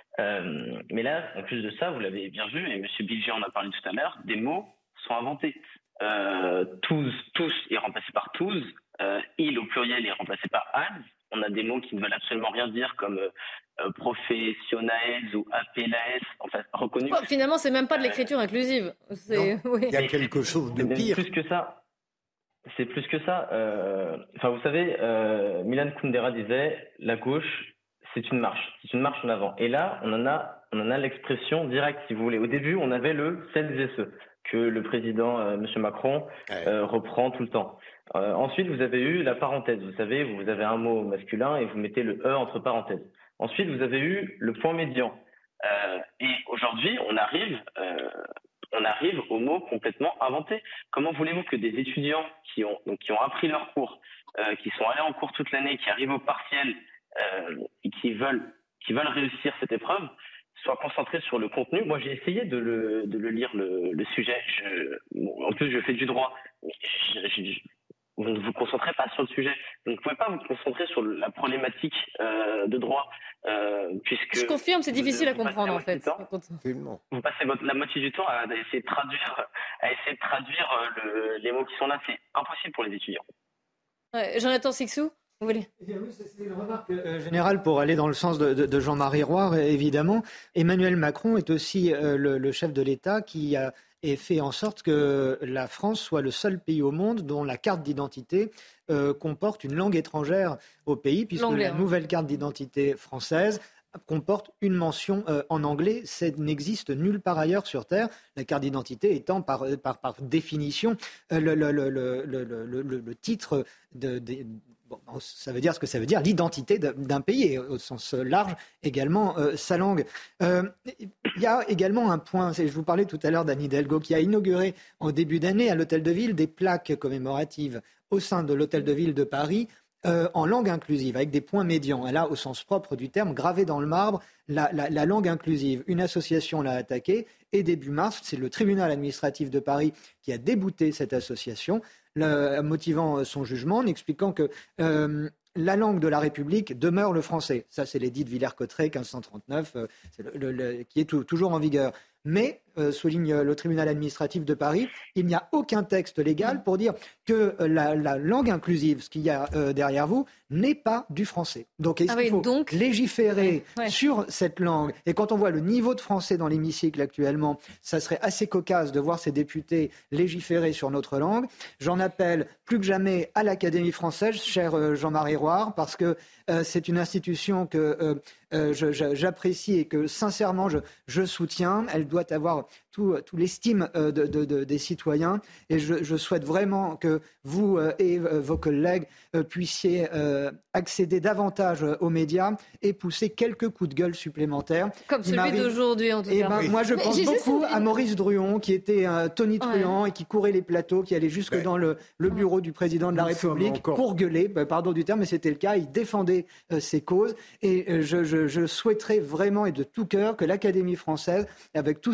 Euh, mais là, en plus de ça, vous l'avez bien vu, et M. Bilger en a parlé tout à l'heure, des mots sont inventés. Euh, tous, tous est remplacé par tous, euh, il au pluriel est remplacé par as. On a des mots qui ne veulent absolument rien dire, comme euh, professionnels ou appellaes, enfin reconnus. Oh, finalement, c'est même pas de l'écriture inclusive. C'est... Oui. Il y a quelque chose de pire. Plus que ça. C'est plus que ça. Euh, enfin, vous savez, euh, Milan Kundera disait la gauche, c'est une marche, c'est une marche en avant. Et là, on en a, on en a l'expression directe, si vous voulez. Au début, on avait le celles et ceux que le président, euh, M. Macron, euh, reprend tout le temps. Euh, ensuite, vous avez eu la parenthèse. Vous savez, vous avez un mot masculin et vous mettez le e entre parenthèses. Ensuite, vous avez eu le point médian. Euh, et aujourd'hui, on arrive. Euh, on arrive aux mots complètement inventés. Comment voulez-vous que des étudiants qui ont, donc, qui ont appris leur cours, euh, qui sont allés en cours toute l'année, qui arrivent au partiel euh, et qui veulent, qui veulent réussir cette épreuve, soient concentrés sur le contenu? Moi, j'ai essayé de le, de le lire, le, le sujet. Je, bon, en plus, je fais du droit. Je, je, je, vous ne vous concentrez pas sur le sujet. Vous ne pouvez pas vous concentrer sur la problématique euh, de droit. Euh, puisque je confirme, c'est difficile à comprendre en fait. Vous passez votre, la moitié du temps à, à essayer de traduire, à essayer de traduire le, les mots qui sont là. C'est impossible pour les étudiants. Ouais, Jonathan Sixou, vous voulez? C'est une remarque euh, générale pour aller dans le sens de, de, de Jean-Marie Roire, évidemment. Emmanuel Macron est aussi euh, le, le chef de l'État qui a et fait en sorte que la France soit le seul pays au monde dont la carte d'identité euh, comporte une langue étrangère au pays, puisque L'anglais, la hein. nouvelle carte d'identité française comporte une mention euh, en anglais. Ça n'existe nulle part ailleurs sur Terre, la carte d'identité étant par, par, par définition euh, le, le, le, le, le, le, le, le titre de... de Bon, ça veut dire ce que ça veut dire, l'identité d'un pays, et au sens large également euh, sa langue. Euh, il y a également un point, je vous parlais tout à l'heure d'Anne Hidalgo, qui a inauguré en début d'année à l'Hôtel de Ville des plaques commémoratives au sein de l'Hôtel de Ville de Paris euh, en langue inclusive, avec des points médians. Elle a, au sens propre du terme, gravé dans le marbre la, la, la langue inclusive. Une association l'a attaquée et début mars, c'est le tribunal administratif de Paris qui a débouté cette association, le, motivant son jugement, en expliquant que euh, la langue de la République demeure le français. Ça, c'est l'édit de Villers-Cotterêts, quinze cent trente-neuf, euh, c'est le, le, le, qui est tout, toujours en vigueur. Mais, euh, souligne le tribunal administratif de Paris, il n'y a aucun texte légal pour dire que euh, la, la langue inclusive, ce qu'il y a euh, derrière vous, n'est pas du français. Donc, est-ce ah qu'il oui, faut donc... légiférer ouais, ouais. sur cette langue? Et quand on voit le niveau de français dans l'hémicycle actuellement, ça serait assez cocasse de voir ces députés légiférer sur notre langue. J'en appelle plus que jamais à l'Académie française, cher euh, Jean-Marie Roire, parce que euh, c'est une institution que euh, euh, je, je, j'apprécie et que sincèrement je, je soutiens. Elle doit avoir tout, tout l'estime euh, de, de, de, des citoyens, et je, je souhaite vraiment que vous euh, et euh, vos collègues euh, puissiez euh, accéder davantage euh, aux médias et pousser quelques coups de gueule supplémentaires. Comme celui m'arrive... d'aujourd'hui en tout et cas. Ben, oui. Moi je Mais pense beaucoup à Maurice Druon, qui était un Tony Truant ouais. et qui courait les plateaux, qui allait jusque ben, dans le, le bureau du président de la République pour gueuler, ben, pardon du terme, mais c'était le cas, il défendait euh, ses causes, et euh, je, je, je souhaiterais vraiment et de tout cœur que l'Académie française, avec tous ses beaux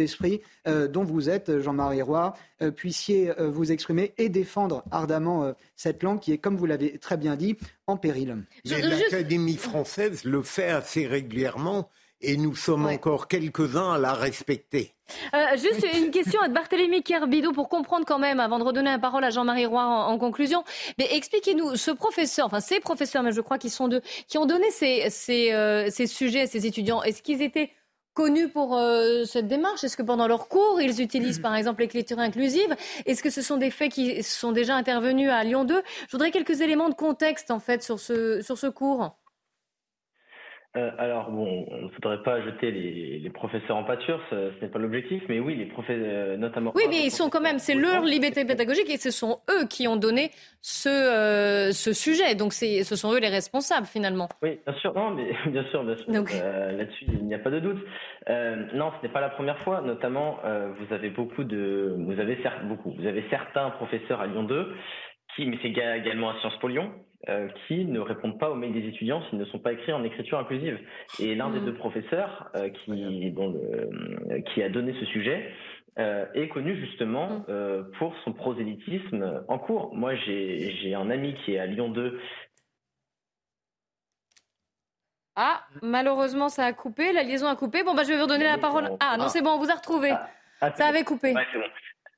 d'esprit euh, dont vous êtes, Jean-Marie Roy, euh, puissiez euh, vous exprimer et défendre ardemment euh, cette langue qui est, comme vous l'avez très bien dit, en péril. Mais l'Académie française le fait assez régulièrement et nous sommes ouais. encore quelques-uns à la respecter. Euh, juste une question à Barthélémy Kerbidot pour comprendre quand même, avant de redonner la parole à Jean-Marie Roy en, en conclusion. Mais expliquez-nous, ce professeur, enfin ces professeurs, mais je crois qu'ils sont deux, qui ont donné ces, ces, euh, ces sujets à ces étudiants, est-ce qu'ils étaient connus pour euh, cette démarche? Est-ce que pendant leurs cours, ils utilisent par exemple l'écriture inclusive? Est-ce que ce sont des faits qui sont déjà intervenus à Lyon deux? Je voudrais quelques éléments de contexte en fait sur ce, sur ce cours. Euh, alors bon, on ne faudrait pas jeter les, les professeurs en pâture, ce, ce n'est pas l'objectif, mais oui, les professeurs, euh, notamment... Oui, mais ils sont quand même, c'est leur liberté pédagogique et ce sont eux qui ont donné ce, euh, ce sujet, donc c'est, ce sont eux les responsables finalement. Oui, bien sûr, non, mais bien sûr, bien sûr, donc... euh, là-dessus il n'y a pas de doute. Euh, non, ce n'est pas la première fois, notamment euh, vous avez beaucoup de... Vous avez certes beaucoup, vous avez certains professeurs à Lyon deux, qui, mais c'est également à Sciences Po Lyon, Euh, qui ne répondent pas aux mails des étudiants s'ils ne sont pas écrits en écriture inclusive. Et l'un mmh. des deux professeurs euh, qui, bon, le, qui a donné ce sujet euh, est connu justement mmh. euh, pour son prosélytisme en cours. Moi, j'ai, j'ai un ami qui est à Lyon deux. Ah, malheureusement, ça a coupé, la liaison a coupé. Bon, bah, je vais vous redonner la parole. Ah, non, ah. c'est bon, on vous a retrouvé. Ah. Ah, ça avait coupé. Ouais, c'est bon.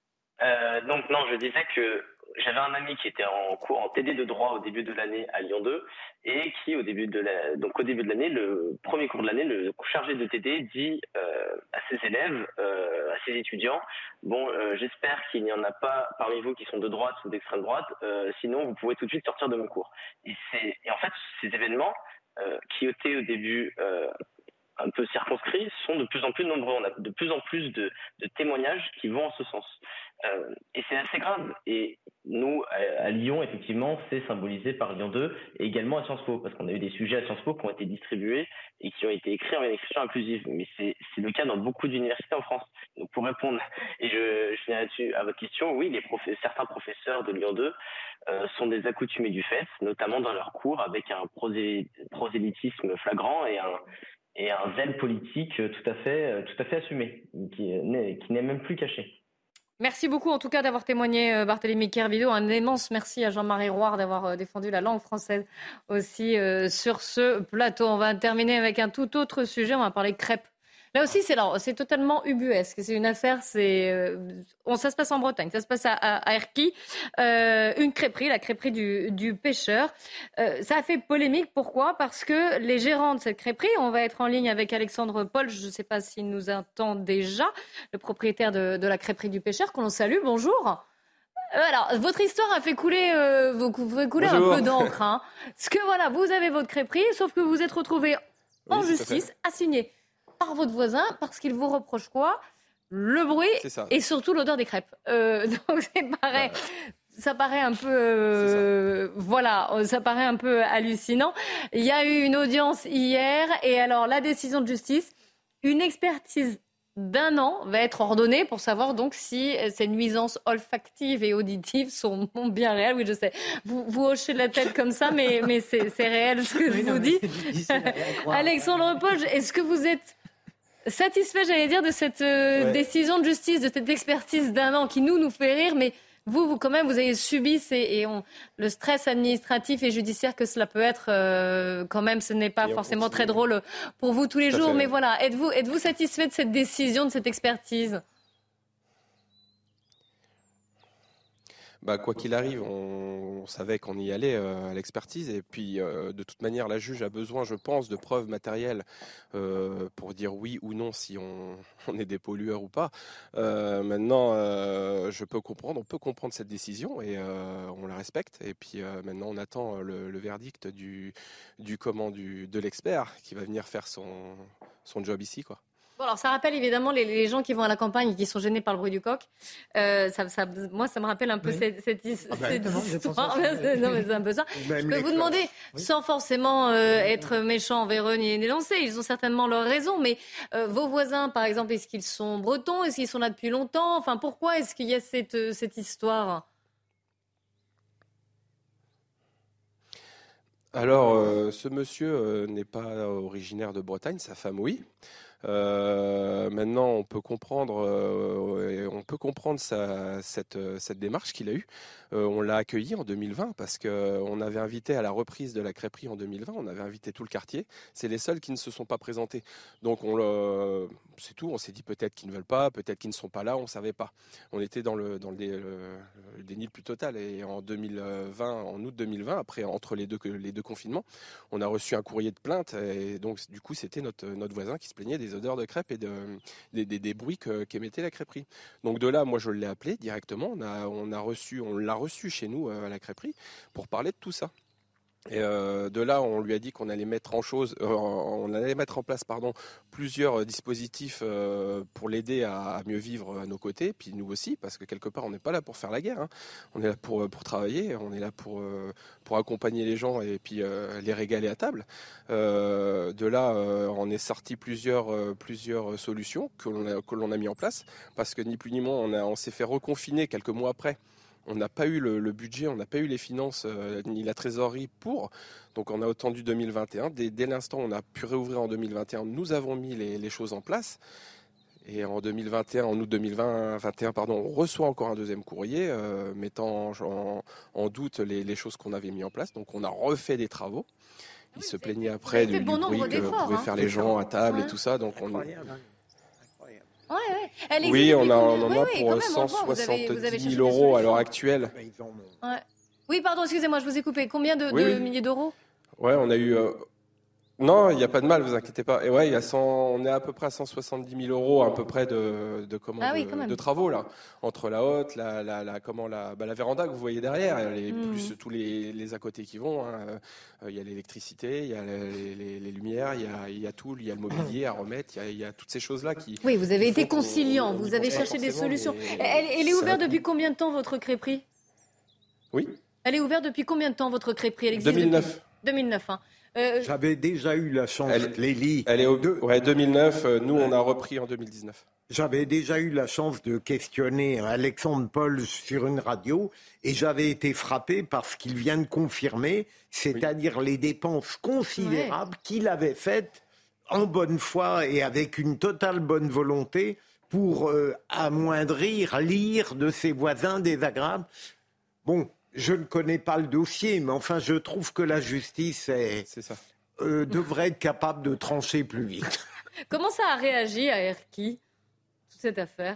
Euh, donc, non, je disais que j'avais un ami qui était en cours en T D de droit au début de l'année à Lyon deux et qui au début de la, donc au début de l'année, le premier cours de l'année, le chargé de T D dit euh, à ses élèves, euh, à ses étudiants, bon, euh, j'espère qu'il n'y en a pas parmi vous qui sont de droite ou d'extrême droite, euh, sinon vous pouvez tout de suite sortir de mon cours. Et c'est, et en fait, ces événements euh, qui étaient au début euh, un peu circonscrits sont de plus en plus nombreux. On a de plus en plus de, de témoignages qui vont en ce sens. Euh, et c'est assez grave. Et nous, à, à Lyon, effectivement, c'est symbolisé par Lyon deux et également à Sciences Po, parce qu'on a eu des sujets à Sciences Po qui ont été distribués et qui ont été écrits en écriture inclusive. Mais c'est, c'est le cas dans beaucoup d'universités en France. Donc pour répondre, et je, je viens là-dessus à votre question, oui, les prof, certains professeurs de Lyon deux euh, sont des accoutumés du fait, notamment dans leurs cours, avec un prosé, prosélytisme flagrant et un et un zèle politique tout à fait, tout à fait assumé, qui n'est, qui n'est même plus caché. Merci beaucoup en tout cas d'avoir témoigné, Barthélémy Kerbidot. Un immense merci à Jean-Marie Roy d'avoir défendu la langue française aussi euh, sur ce plateau. On va terminer avec un tout autre sujet, on va parler crêpes. Là aussi, c'est, là, c'est totalement ubuesque. C'est une affaire, c'est, euh, on, ça se passe en Bretagne, ça se passe à, à, à Erquy. Euh, une crêperie, la crêperie du, du pêcheur. Euh, ça a fait polémique. Pourquoi ? Parce que les gérants de cette crêperie, on va être en ligne avec Alexandre Paul, je ne sais pas s'il nous entend déjà, le propriétaire de, de la crêperie du pêcheur, qu'on salue. Bonjour. Alors, votre histoire a fait couler, euh, vous, vous fait couler un peu d'encre. Hein. Parce que voilà, vous avez votre crêperie, sauf que vous êtes retrouvé en oui, justice, assigné par votre voisin, parce qu'il vous reproche quoi ? Le bruit et surtout l'odeur des crêpes. Euh, donc c'est pareil. Voilà. Ça paraît un peu, euh, voilà, ça paraît un peu hallucinant. Il y a eu une audience hier et alors la décision de justice, une expertise d'un an va être ordonnée pour savoir donc si ces nuisances olfactives et auditives sont bien réelles. Oui, je sais. Vous, vous hochez la tête comme ça, mais, mais c'est, c'est réel ce que oui, je non, vous dis. Alexandre Paul, est-ce que vous êtes satisfait, j'allais dire, de cette euh, ouais. décision de justice, de cette expertise d'un an qui nous, nous fait rire, mais vous, vous quand même, vous avez subi ces, et on, le stress administratif et judiciaire que cela peut être, euh, quand même, ce n'est pas et forcément très drôle pour vous tous les jours, mais voilà, êtes-vous, êtes-vous satisfait de cette décision, de cette expertise ? Bah, quoi qu'il arrive, on, on savait qu'on y allait euh, à l'expertise et puis euh, de toute manière la juge a besoin, je pense, de preuves matérielles euh, pour dire oui ou non si on, on est des pollueurs ou pas. Euh, maintenant, euh, je peux comprendre, on peut comprendre cette décision et euh, on la respecte. Et puis euh, maintenant, on attend le, le verdict du, du comment du de l'expert qui va venir faire son son job ici, quoi. Bon, alors ça rappelle évidemment les, les gens qui vont à la campagne et qui sont gênés par le bruit du coq. Euh, ça, ça, moi, ça me rappelle un peu oui. cette, cette, ah bah, cette histoire. Non, mais c'est un peu ça. Je peux vous demander, oui. sans forcément euh, être méchant envers eux ni dénoncer, ils ont certainement leur raison, mais euh, vos voisins, par exemple, est-ce qu'ils sont bretons ? Est-ce qu'ils sont là depuis longtemps ? Enfin, pourquoi est-ce qu'il y a cette, cette histoire ? Alors, euh, ce monsieur euh, n'est pas originaire de Bretagne, sa femme, oui. Euh, maintenant, on peut comprendre, euh, on peut comprendre sa, cette, cette démarche qu'il a eue. Euh, on l'a accueilli en deux mille vingt parce qu'on avait invité à la reprise de la crêperie en deux mille vingt, on avait invité tout le quartier. C'est les seuls qui ne se sont pas présentés. Donc on le, c'est tout. On s'est dit peut-être qu'ils ne veulent pas, peut-être qu'ils ne sont pas là. On ne savait pas. On était dans le dans le, dé, le, le déni le plus total. Et en deux mille vingt, en août deux mille vingt, après entre les deux les deux confinements, on a reçu un courrier de plainte. Et donc du coup, c'était notre notre voisin qui se plaignait des odeurs de crêpes et de, des, des, des bruits que, qu'émettait la crêperie. Donc de là, moi je l'ai appelé directement. On a on a reçu, on l'a reçu chez nous à la crêperie pour parler de tout ça. Et euh, de là, on lui a dit qu'on allait mettre en chose, euh, on allait mettre en place, pardon, plusieurs dispositifs euh, pour l'aider à, à mieux vivre à nos côtés, puis nous aussi, parce que quelque part, on n'est pas là pour faire la guerre. Hein. On est là pour pour travailler, on est là pour euh, pour accompagner les gens et puis euh, les régaler à table. Euh, de là, euh, on est sorti plusieurs euh, plusieurs solutions que l'on a que l'on a mis en place, parce que ni plus ni moins, on a on s'est fait reconfiner quelques mois après. On n'a pas eu le, le budget, on n'a pas eu les finances euh, ni la trésorerie pour. Donc on a attendu deux mille vingt et un. Dès, dès l'instant où on a pu réouvrir en deux mille vingt et un, nous avons mis les, les choses en place. Et en deux mille vingt et un, en août deux mille vingt, vingt et un, pardon, on reçoit encore un deuxième courrier euh, mettant en, en, en doute les, les choses qu'on avait mis en place. Donc on a refait des travaux. Ils se plaignaient après du, bon du bruit que pouvaient hein. faire les gens à table ouais. et tout ça. Donc on, Ouais, ouais. Elle oui, on, a, on en oui, a oui, pour même, cent soixante-dix mille euros euros à l'heure actuelle. Ouais. Oui, pardon, excusez-moi, je vous ai coupé. Combien de, oui, de oui. milliers d'euros? Ouais, on a eu... Euh... Non, il n'y a pas de mal, vous inquiétez pas. Et ouais, il y a cent, on est à peu près à cent soixante-dix mille euros à peu près de, de, comment, ah oui, de, de travaux là, entre la haute, la, la, la, comment, la, bah, la véranda que vous voyez derrière, les, mmh. plus tous les, les à côté qui vont. Hein. Il y a l'électricité, il y a les, les, les lumières, il y a, il y a tout, il y a le mobilier à remettre, il y a, il y a toutes ces choses là qui. Oui, vous avez été conciliant, vous avez cherché des solutions. Elle, elle est ouverte depuis combien de temps votre crêperie? Oui. Elle est ouverte depuis combien de temps votre crêperie? Elle existe deux mille neuf. Depuis... deux mille neuf. Hein. Euh, J'avais déjà eu la chance, elle, Lélie. Elle est au de... ouais, deux mille neuf, nous on a repris en deux mille dix-neuf. J'avais déjà eu la chance de questionner Alexandre Paul sur une radio et j'avais été frappé par ce qu'il vient de confirmer, c'est-à-dire oui. les dépenses considérables ouais. qu'il avait faites en bonne foi et avec une totale bonne volonté pour euh, amoindrir l'ire de ses voisins désagréables. Bon. Je ne connais pas le dossier, mais enfin, je trouve que la justice est, c'est ça. Euh, devrait être capable de trancher plus vite. Comment ça a réagi à Erki, toute cette affaire?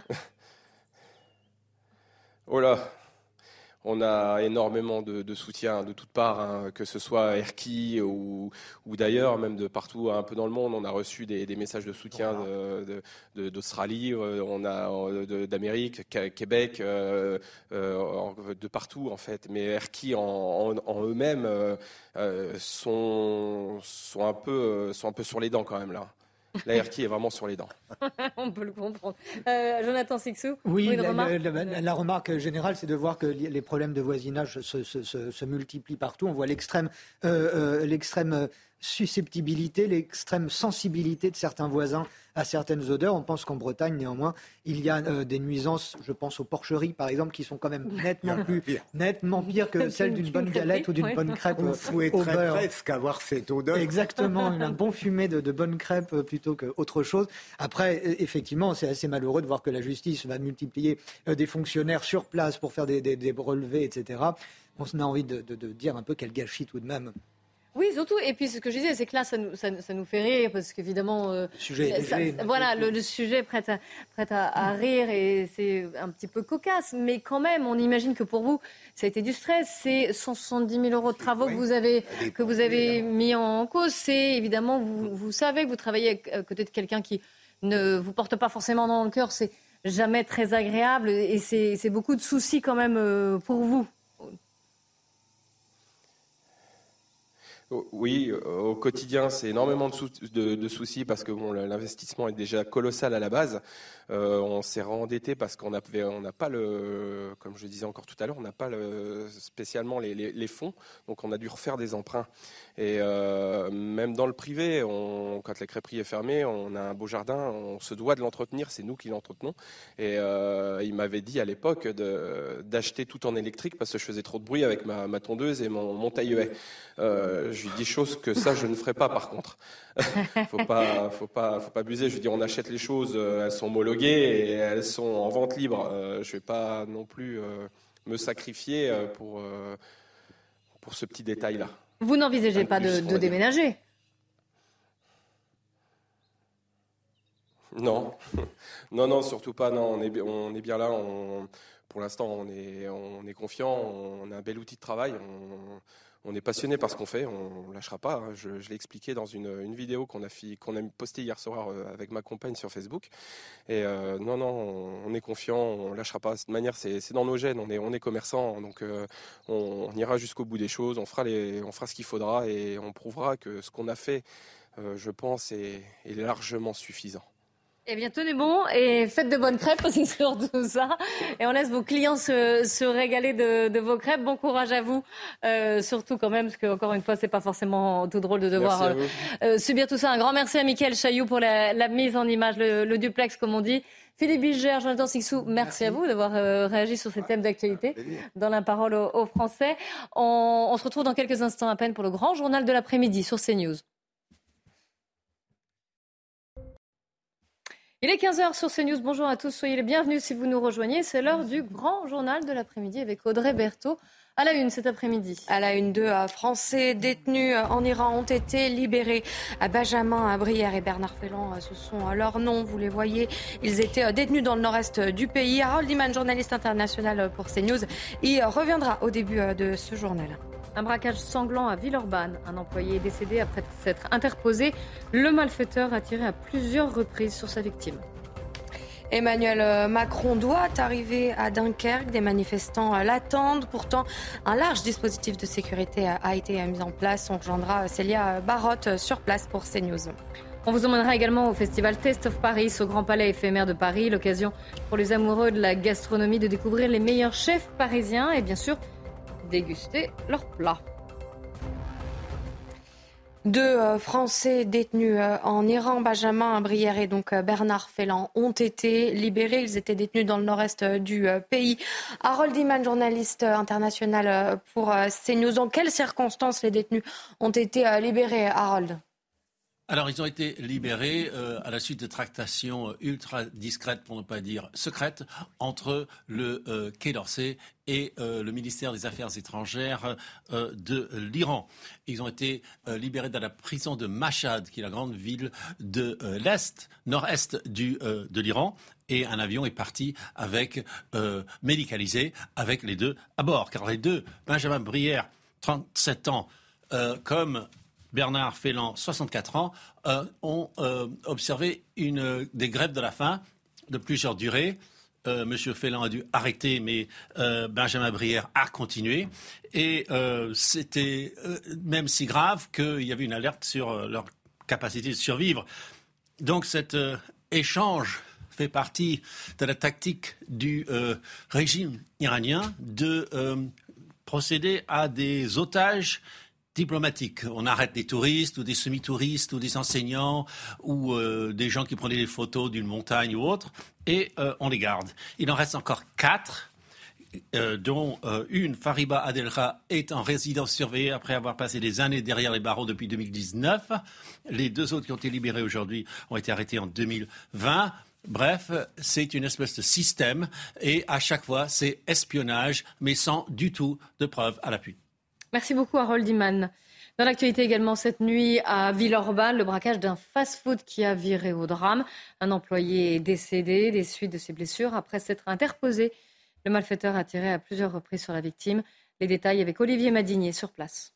Oh là, on a énormément de, de soutien de toutes parts, hein, que ce soit Erki ou, ou d'ailleurs, même de partout un peu dans le monde. On a reçu des, des messages de soutien de, de, de, d'Australie, on a de, d'Amérique, Québec, euh, euh, de partout en fait. Mais Erki en, en, en eux-mêmes euh, sont, sont, un peu, sont un peu sur les dents quand même là. La Erki est vraiment sur les dents. On peut le comprendre. Euh, Jonathan Sixou. Oui, oui la, remarque la, la, la remarque générale, c'est de voir que les problèmes de voisinage se, se, se, se multiplient partout. On voit l'extrême, euh, euh, l'extrême susceptibilité, l'extrême sensibilité de certains voisins à certaines odeurs. On pense qu'en Bretagne, néanmoins, il y a euh, des nuisances, je pense aux porcheries, par exemple, qui sont quand même nettement plus nettement pires que celles d'une bonne galette ou d'une ouais. bonne crêpe. On souhaiterait presque avoir cette odeur. Exactement, un bon fumet de, de bonne crêpe plutôt qu'autre chose. Après, effectivement, c'est assez malheureux de voir que la justice va multiplier euh, des fonctionnaires sur place pour faire des, des, des relevés, et cetera. On a envie de, de, de dire un peu quel gâchis tout de même. Oui, surtout. Et puis, ce que je disais, c'est que là, ça nous, ça, ça nous fait rire parce qu'évidemment, euh, le sujet ça, léger, voilà, le, le sujet prête à, prête à, à rire et c'est un petit peu cocasse. Mais quand même, on imagine que pour vous, ça a été du stress. C'est cent soixante-dix mille euros de travaux que vous avez, que vous avez mis en cause. C'est évidemment, vous, vous savez que vous travaillez à côté de quelqu'un qui ne vous porte pas forcément dans le cœur. C'est jamais très agréable et c'est, c'est beaucoup de soucis quand même pour vous. Oui, au quotidien, c'est énormément de, sou- de, de soucis parce que bon, l'investissement est déjà colossal à la base. Euh, on s'est rendetté parce qu'on n'a on n'a pas le, comme je disais encore tout à l'heure, on n'a pas le, spécialement les, les, les fonds, donc on a dû refaire des emprunts. Et euh, même dans le privé, on, quand la crêperie est fermée, on a un beau jardin, on se doit de l'entretenir, c'est nous qui l'entretenons. Et euh, il m'avait dit à l'époque de, d'acheter tout en électrique parce que je faisais trop de bruit avec ma, ma tondeuse et mon, mon taille-haie. Euh, je lui dis chose que ça, je ne ferai pas par contre. faut pas, faut pas, faut pas abuser. Je veux dire, on achète les choses, elles sont homologuées et elles sont en vente libre. Euh, je vais pas non plus euh, me sacrifier pour, euh, pour ce petit détail-là. Vous n'envisagez pas de, de déménager ? Non, non, non, surtout pas. Non, on est, on est bien là. On, pour l'instant, on est, on est confiant. On a un bel outil de travail. On, on est passionné par ce qu'on fait. On ne lâchera pas. Je, je l'ai expliqué dans une, une vidéo qu'on a, qu'on a postée hier soir avec ma compagne sur Facebook. Et euh, non, non, on, on est confiant. On ne lâchera pas. De toute manière, c'est, c'est dans nos gènes. On est, on est commerçant. Donc, euh, on, on ira jusqu'au bout des choses. On fera, les, on fera ce qu'il faudra et on prouvera que ce qu'on a fait, euh, je pense, est, est largement suffisant. Eh bien, tenez bon et faites de bonnes crêpes, c'est surtout ça. Et on laisse vos clients se, se régaler de, de vos crêpes. Bon courage à vous, euh, surtout quand même, parce que encore une fois, c'est pas forcément tout drôle de devoir euh, euh, subir tout ça. Un grand merci à Mickaël Chailloux pour la, la mise en image, le, le duplex, comme on dit. Philippe Bilger, Jonathan Sixou, merci, merci à vous d'avoir euh, réagi sur ces thèmes d'actualité dans la parole aux, aux Français. On, on se retrouve dans quelques instants à peine pour le grand journal de l'après-midi sur CNews. Il est quinze heures sur CNews. Bonjour à tous, soyez les bienvenus si vous nous rejoignez. C'est l'heure du grand journal de l'après-midi avec Audrey Berthaud. À la une cet après-midi. À la une, deux Français détenus en Iran ont été libérés. Benjamin Brière et Bernard Féland, ce sont leurs noms, vous les voyez. Ils étaient détenus dans le nord-est du pays. Harold Iman, journaliste international pour CNews, y reviendra au début de ce journal. Un braquage sanglant à Villeurbanne. Un employé est décédé après s'être interposé. Le malfaiteur a tiré à plusieurs reprises sur sa victime. Emmanuel Macron doit arriver à Dunkerque. Des manifestants l'attendent. Pourtant, un large dispositif de sécurité a été mis en place. On rejoindra Célia Barotte sur place pour CNews. On vous emmènera également au festival Taste of Paris, au Grand Palais éphémère de Paris. L'occasion pour les amoureux de la gastronomie de découvrir les meilleurs chefs parisiens et bien sûr déguster leurs plats. Deux Français détenus en Iran, Benjamin Brière et donc Bernard Féland, ont été libérés. Ils étaient détenus dans le nord-est du pays. Harold Iman, journaliste international pour CNews. Dans quelles circonstances les détenus ont été libérés, Harold ? Alors, ils ont été libérés euh, à la suite de tractations ultra discrètes, pour ne pas dire secrètes, entre le euh, Quai d'Orsay et euh, le ministère des Affaires étrangères euh, de l'Iran. Ils ont été euh, libérés dans la prison de Mashhad, qui est la grande ville de euh, l'Est, nord-est du, euh, de l'Iran. Et un avion est parti avec, euh, médicalisé avec les deux à bord. Car les deux, Benjamin Brière, trente-sept ans, euh, comme Bernard Féland, soixante-quatre ans, euh, ont euh, observé une, des grèves de la faim de plusieurs durées. Euh, Monsieur Féland a dû arrêter, mais euh, Benjamin Brière a continué. Et euh, c'était euh, même si grave qu'il y avait une alerte sur euh, leur capacité de survivre. Donc cet euh, échange fait partie de la tactique du euh, régime iranien de euh, procéder à des otages diplomatique. On arrête des touristes ou des semi-touristes ou des enseignants ou euh, des gens qui prenaient des photos d'une montagne ou autre et euh, on les garde. Il en reste encore quatre, euh, dont euh, une, Fariba Adelra, est en résidence surveillée après avoir passé des années derrière les barreaux depuis deux mille dix-neuf. Les deux autres qui ont été libérés aujourd'hui ont été arrêtés en deux mille vingt. Bref, c'est une espèce de système et à chaque fois, c'est espionnage, mais sans du tout de preuves à l'appui. Merci beaucoup Harold Iman. Dans l'actualité également cette nuit à Villeurbanne, le braquage d'un fast-food qui a viré au drame. Un employé est décédé des suites de ses blessures après s'être interposé. Le malfaiteur a tiré à plusieurs reprises sur la victime. Les détails avec Olivier Madinier sur place.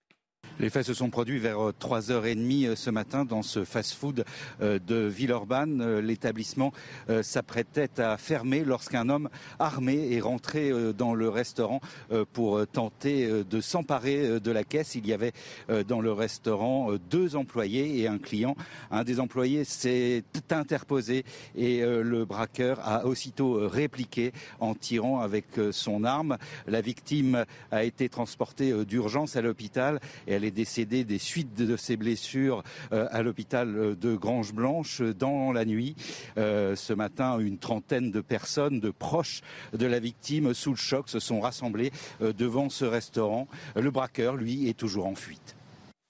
Les faits se sont produits vers trois heures trente ce matin dans ce fast-food de Villeurbanne. L'établissement s'apprêtait à fermer lorsqu'un homme armé est rentré dans le restaurant pour tenter de s'emparer de la caisse. Il y avait dans le restaurant deux employés et un client. Un des employés s'est interposé et le braqueur a aussitôt répliqué en tirant avec son arme. La victime a été transportée d'urgence à l'hôpital et elle est décédée des suites de ses blessures euh, à l'hôpital de Grange-Blanche dans la nuit. Euh, ce matin, une trentaine de personnes, de proches de la victime, sous le choc, se sont rassemblés euh, devant ce restaurant. Le braqueur, lui, est toujours en fuite.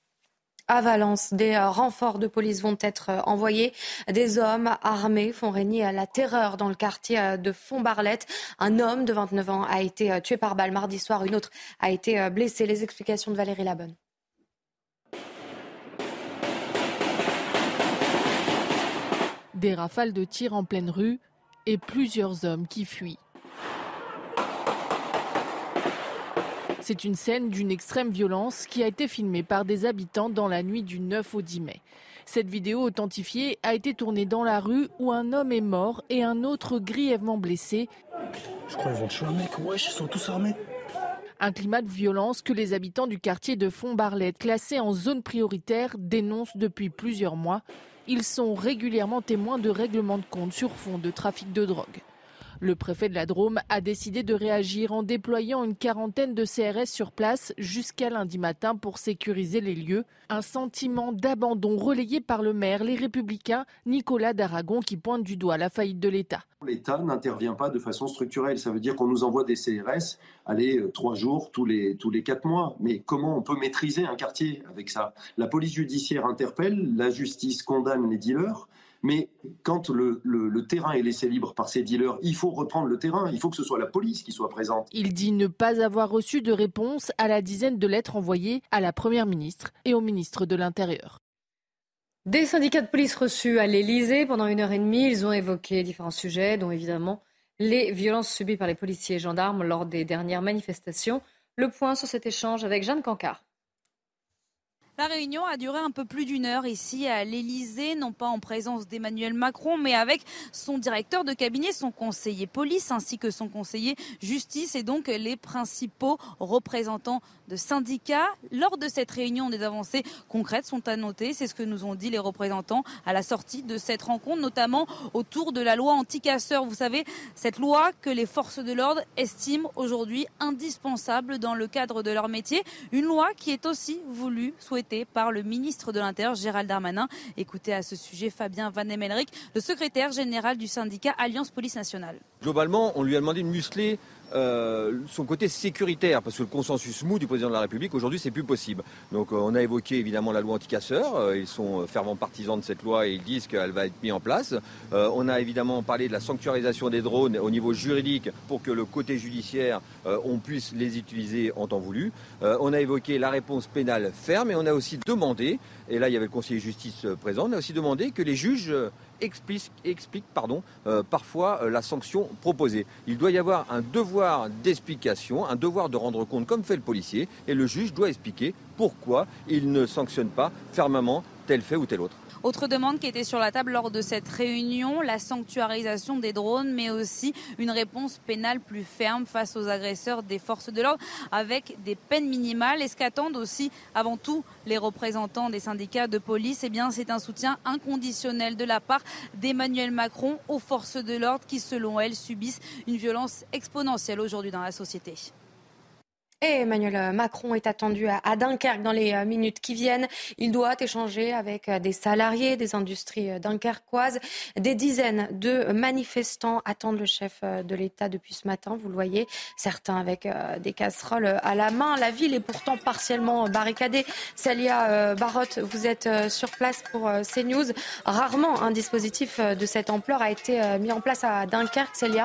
à Valence. Des renforts de police vont être envoyés. Des hommes armés font régner la terreur dans le quartier de Fontbarlette. Un homme de vingt-neuf ans a été tué par balle mardi soir. Une autre a été blessée. Les explications de Valérie Labonne. Des rafales de tirs en pleine rue et plusieurs hommes qui fuient. C'est une scène d'une extrême violence qui a été filmée par des habitants dans la nuit du neuf au dix mai. Cette vidéo authentifiée a été tournée dans la rue où un homme est mort et un autre grièvement blessé. Je crois qu'ils vont tuer un mec, wesh, ils sont tous armés. Un climat de violence que les habitants du quartier de Fontbarlette, classé en zone prioritaire, dénoncent depuis plusieurs mois. Ils sont régulièrement témoins de règlements de compte sur fond de trafic de drogue. Le préfet de la Drôme a décidé de réagir en déployant une quarantaine de C R S sur place jusqu'à lundi matin pour sécuriser les lieux. Un sentiment d'abandon relayé par le maire Les Républicains, Nicolas d'Aragon, qui pointe du doigt la faillite de l'État. L'État n'intervient pas de façon structurelle. Ça veut dire qu'on nous envoie des C R S, allez, trois jours tous les, tous les quatre mois. Mais comment on peut maîtriser un quartier avec ça ? La police judiciaire interpelle, la justice condamne les dealers. Mais quand le, le, le terrain est laissé libre par ces dealers, il faut reprendre le terrain. Il faut que ce soit la police qui soit présente. Il dit ne pas avoir reçu de réponse à la dizaine de lettres envoyées à la Première ministre et au ministre de l'Intérieur. Des syndicats de police reçus à l'Élysée pendant une heure et demie. Ils ont évoqué différents sujets, dont évidemment les violences subies par les policiers et gendarmes lors des dernières manifestations. Le point sur cet échange avec Jeanne Cancard. La réunion a duré un peu plus d'une heure ici à l'Élysée, non pas en présence d'Emmanuel Macron, mais avec son directeur de cabinet, son conseiller police ainsi que son conseiller justice et donc les principaux représentants de syndicats. Lors de cette réunion, des avancées concrètes sont à noter. C'est ce que nous ont dit les représentants à la sortie de cette rencontre, notamment autour de la loi anti-casseurs. Vous savez, cette loi que les forces de l'ordre estiment aujourd'hui indispensable dans le cadre de leur métier. Une loi qui est aussi voulue, souhaitée par le ministre de l'Intérieur, Gérald Darmanin. Écoutez à ce sujet Fabien Van Emmelrich, le secrétaire général du syndicat Alliance Police Nationale. Globalement, on lui a demandé de muscler euh, son côté sécuritaire, parce que le consensus mou du président de la République, aujourd'hui, c'est plus possible. Donc euh, on a évoqué évidemment la loi anti-casseurs. Euh, ils sont fervents partisans de cette loi et ils disent qu'elle va être mise en place. Euh, on a évidemment parlé de la sanctuarisation des drones au niveau juridique pour que le côté judiciaire, euh, on puisse les utiliser en temps voulu. Euh, on a évoqué la réponse pénale ferme et on a aussi demandé, et là il y avait le conseiller de justice présent, on a aussi demandé que les juges expliquent, expliquent pardon, euh, parfois euh, la sanction proposée. Il doit y avoir un devoir d'explication, un devoir de rendre compte comme fait le policier, et le juge doit expliquer pourquoi il ne sanctionne pas fermement tel fait ou tel autre. Autre demande qui était sur la table lors de cette réunion, la sanctuarisation des drones, mais aussi une réponse pénale plus ferme face aux agresseurs des forces de l'ordre, avec des peines minimales. Et ce qu'attendent aussi, avant tout, les représentants des syndicats de police, eh bien, c'est un soutien inconditionnel de la part d'Emmanuel Macron aux forces de l'ordre qui, selon elles, subissent une violence exponentielle aujourd'hui dans la société. Et Emmanuel Macron est attendu à Dunkerque dans les minutes qui viennent. Il doit échanger avec des salariés des industries dunkerquoises. Des dizaines de manifestants attendent le chef de l'État depuis ce matin, vous le voyez, certains avec des casseroles à la main. La ville est pourtant partiellement barricadée. Célia Barotte, vous êtes sur place pour CNews. Rarement un dispositif de cette ampleur a été mis en place à Dunkerque, Célia.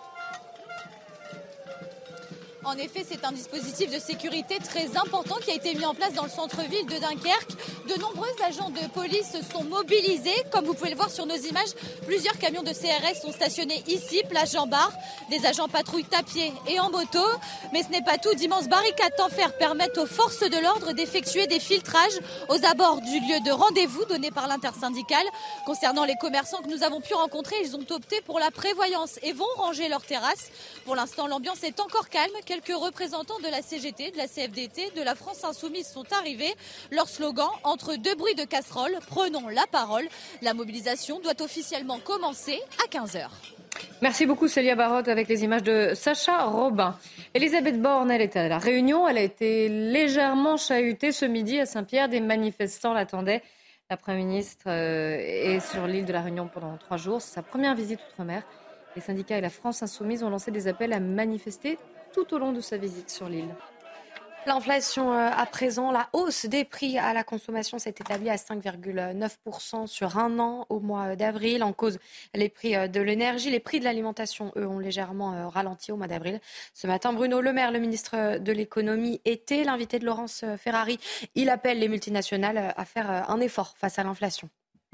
En effet, c'est un dispositif de sécurité très important qui a été mis en place dans le centre-ville de Dunkerque. De nombreux agents de police se sont mobilisés. Comme vous pouvez le voir sur nos images, plusieurs camions de C R S sont stationnés ici, place Jean-Bart. Des agents patrouillent à pied et en moto. Mais ce n'est pas tout. D'immenses barricades en fer permettent aux forces de l'ordre d'effectuer des filtrages aux abords du lieu de rendez-vous donné par l'intersyndicale. Concernant les commerçants que nous avons pu rencontrer, ils ont opté pour la prévoyance et vont ranger leurs terrasses. Pour l'instant, l'ambiance est encore calme. Quelques représentants de la C G T, de la C F D T, de la France Insoumise sont arrivés. Leur slogan, entre deux bruits de casserole, prenons la parole. La mobilisation doit officiellement commencer à quinze heures. Merci beaucoup Célia Barotte avec les images de Sacha Robin. Elisabeth Borne, elle était à la Réunion. Elle a été légèrement chahutée ce midi à Saint-Pierre. Des manifestants l'attendaient. La Première ministre est sur l'île de la Réunion pendant trois jours. C'est sa première visite outre-mer. Les syndicats et la France Insoumise ont lancé des appels à manifester tout au long de sa visite sur l'île. L'inflation à présent, la hausse des prix à la consommation s'est établie à cinq virgule neuf pour cent sur un an au mois d'avril. En cause, les prix de l'énergie, les prix de l'alimentation, eux, ont légèrement ralenti au mois d'avril. Ce matin, Bruno Le Maire, le ministre de l'économie, était l'invité de Laurence Ferrari. Il appelle les multinationales à faire un effort face à l'inflation.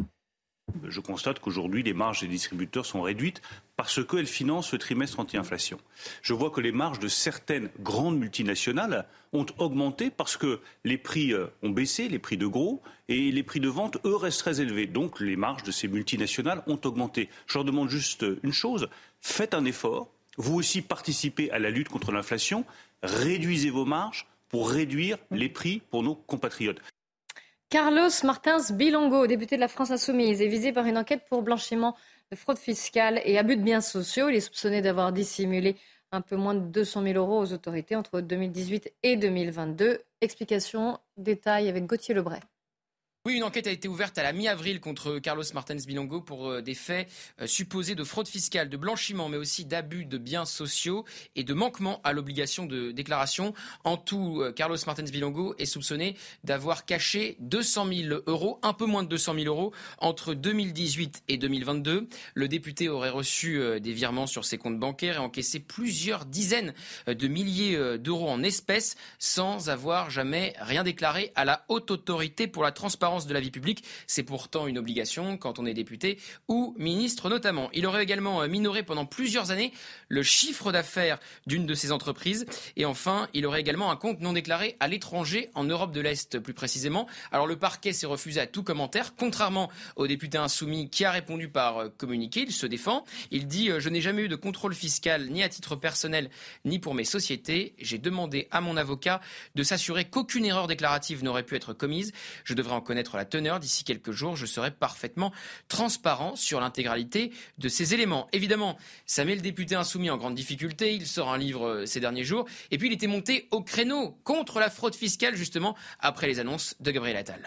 Je constate qu'aujourd'hui, les marges des distributeurs sont réduites parce qu'elles financent le trimestre anti-inflation. Je vois que les marges de certaines grandes multinationales ont augmenté parce que les prix ont baissé, les prix de gros, et les prix de vente, eux, restent très élevés. Donc les marges de ces multinationales ont augmenté. Je leur demande juste une chose, faites un effort, vous aussi participez à la lutte contre l'inflation, réduisez vos marges pour réduire les prix pour nos compatriotes. Carlos Martins Bilongo, député de la France Insoumise, est visé par une enquête pour blanchiment de fraude fiscale et abus de biens sociaux. Il est soupçonné d'avoir dissimulé un peu moins de deux cent mille euros aux autorités entre deux mille dix-huit et deux mille vingt-deux. Explication, détail avec Gauthier Lebray. Oui, une enquête a été ouverte à la mi-avril contre Carlos Martins Bilongo pour euh, des faits euh, supposés de fraude fiscale, de blanchiment, mais aussi d'abus de biens sociaux et de manquement à l'obligation de déclaration. En tout, euh, Carlos Martins Bilongo est soupçonné d'avoir caché deux cent mille euros, un peu moins de deux cent mille euros, entre deux mille dix-huit et deux mille vingt-deux. Le député aurait reçu euh, des virements sur ses comptes bancaires et encaissé plusieurs dizaines euh, de milliers euh, d'euros en espèces sans avoir jamais rien déclaré à la Haute Autorité pour la transparence de la vie publique. C'est pourtant une obligation quand on est député ou ministre notamment. Il aurait également minoré pendant plusieurs années le chiffre d'affaires d'une de ses entreprises. Et enfin, il aurait également un compte non déclaré à l'étranger, en Europe de l'Est plus précisément. Alors le parquet s'est refusé à tout commentaire, contrairement au député insoumis qui a répondu par communiqué. Il se défend. Il dit « Je n'ai jamais eu de contrôle fiscal ni à titre personnel ni pour mes sociétés. J'ai demandé à mon avocat de s'assurer qu'aucune erreur déclarative n'aurait pu être commise. Je devrais en connaître la teneur. D'ici quelques jours, je serai parfaitement transparent sur l'intégralité de ces éléments. » Évidemment, ça met le député insoumis en grande difficulté. Il sort un livre ces derniers jours. Et puis, il était monté au créneau contre la fraude fiscale, justement, après les annonces de Gabriel Attal.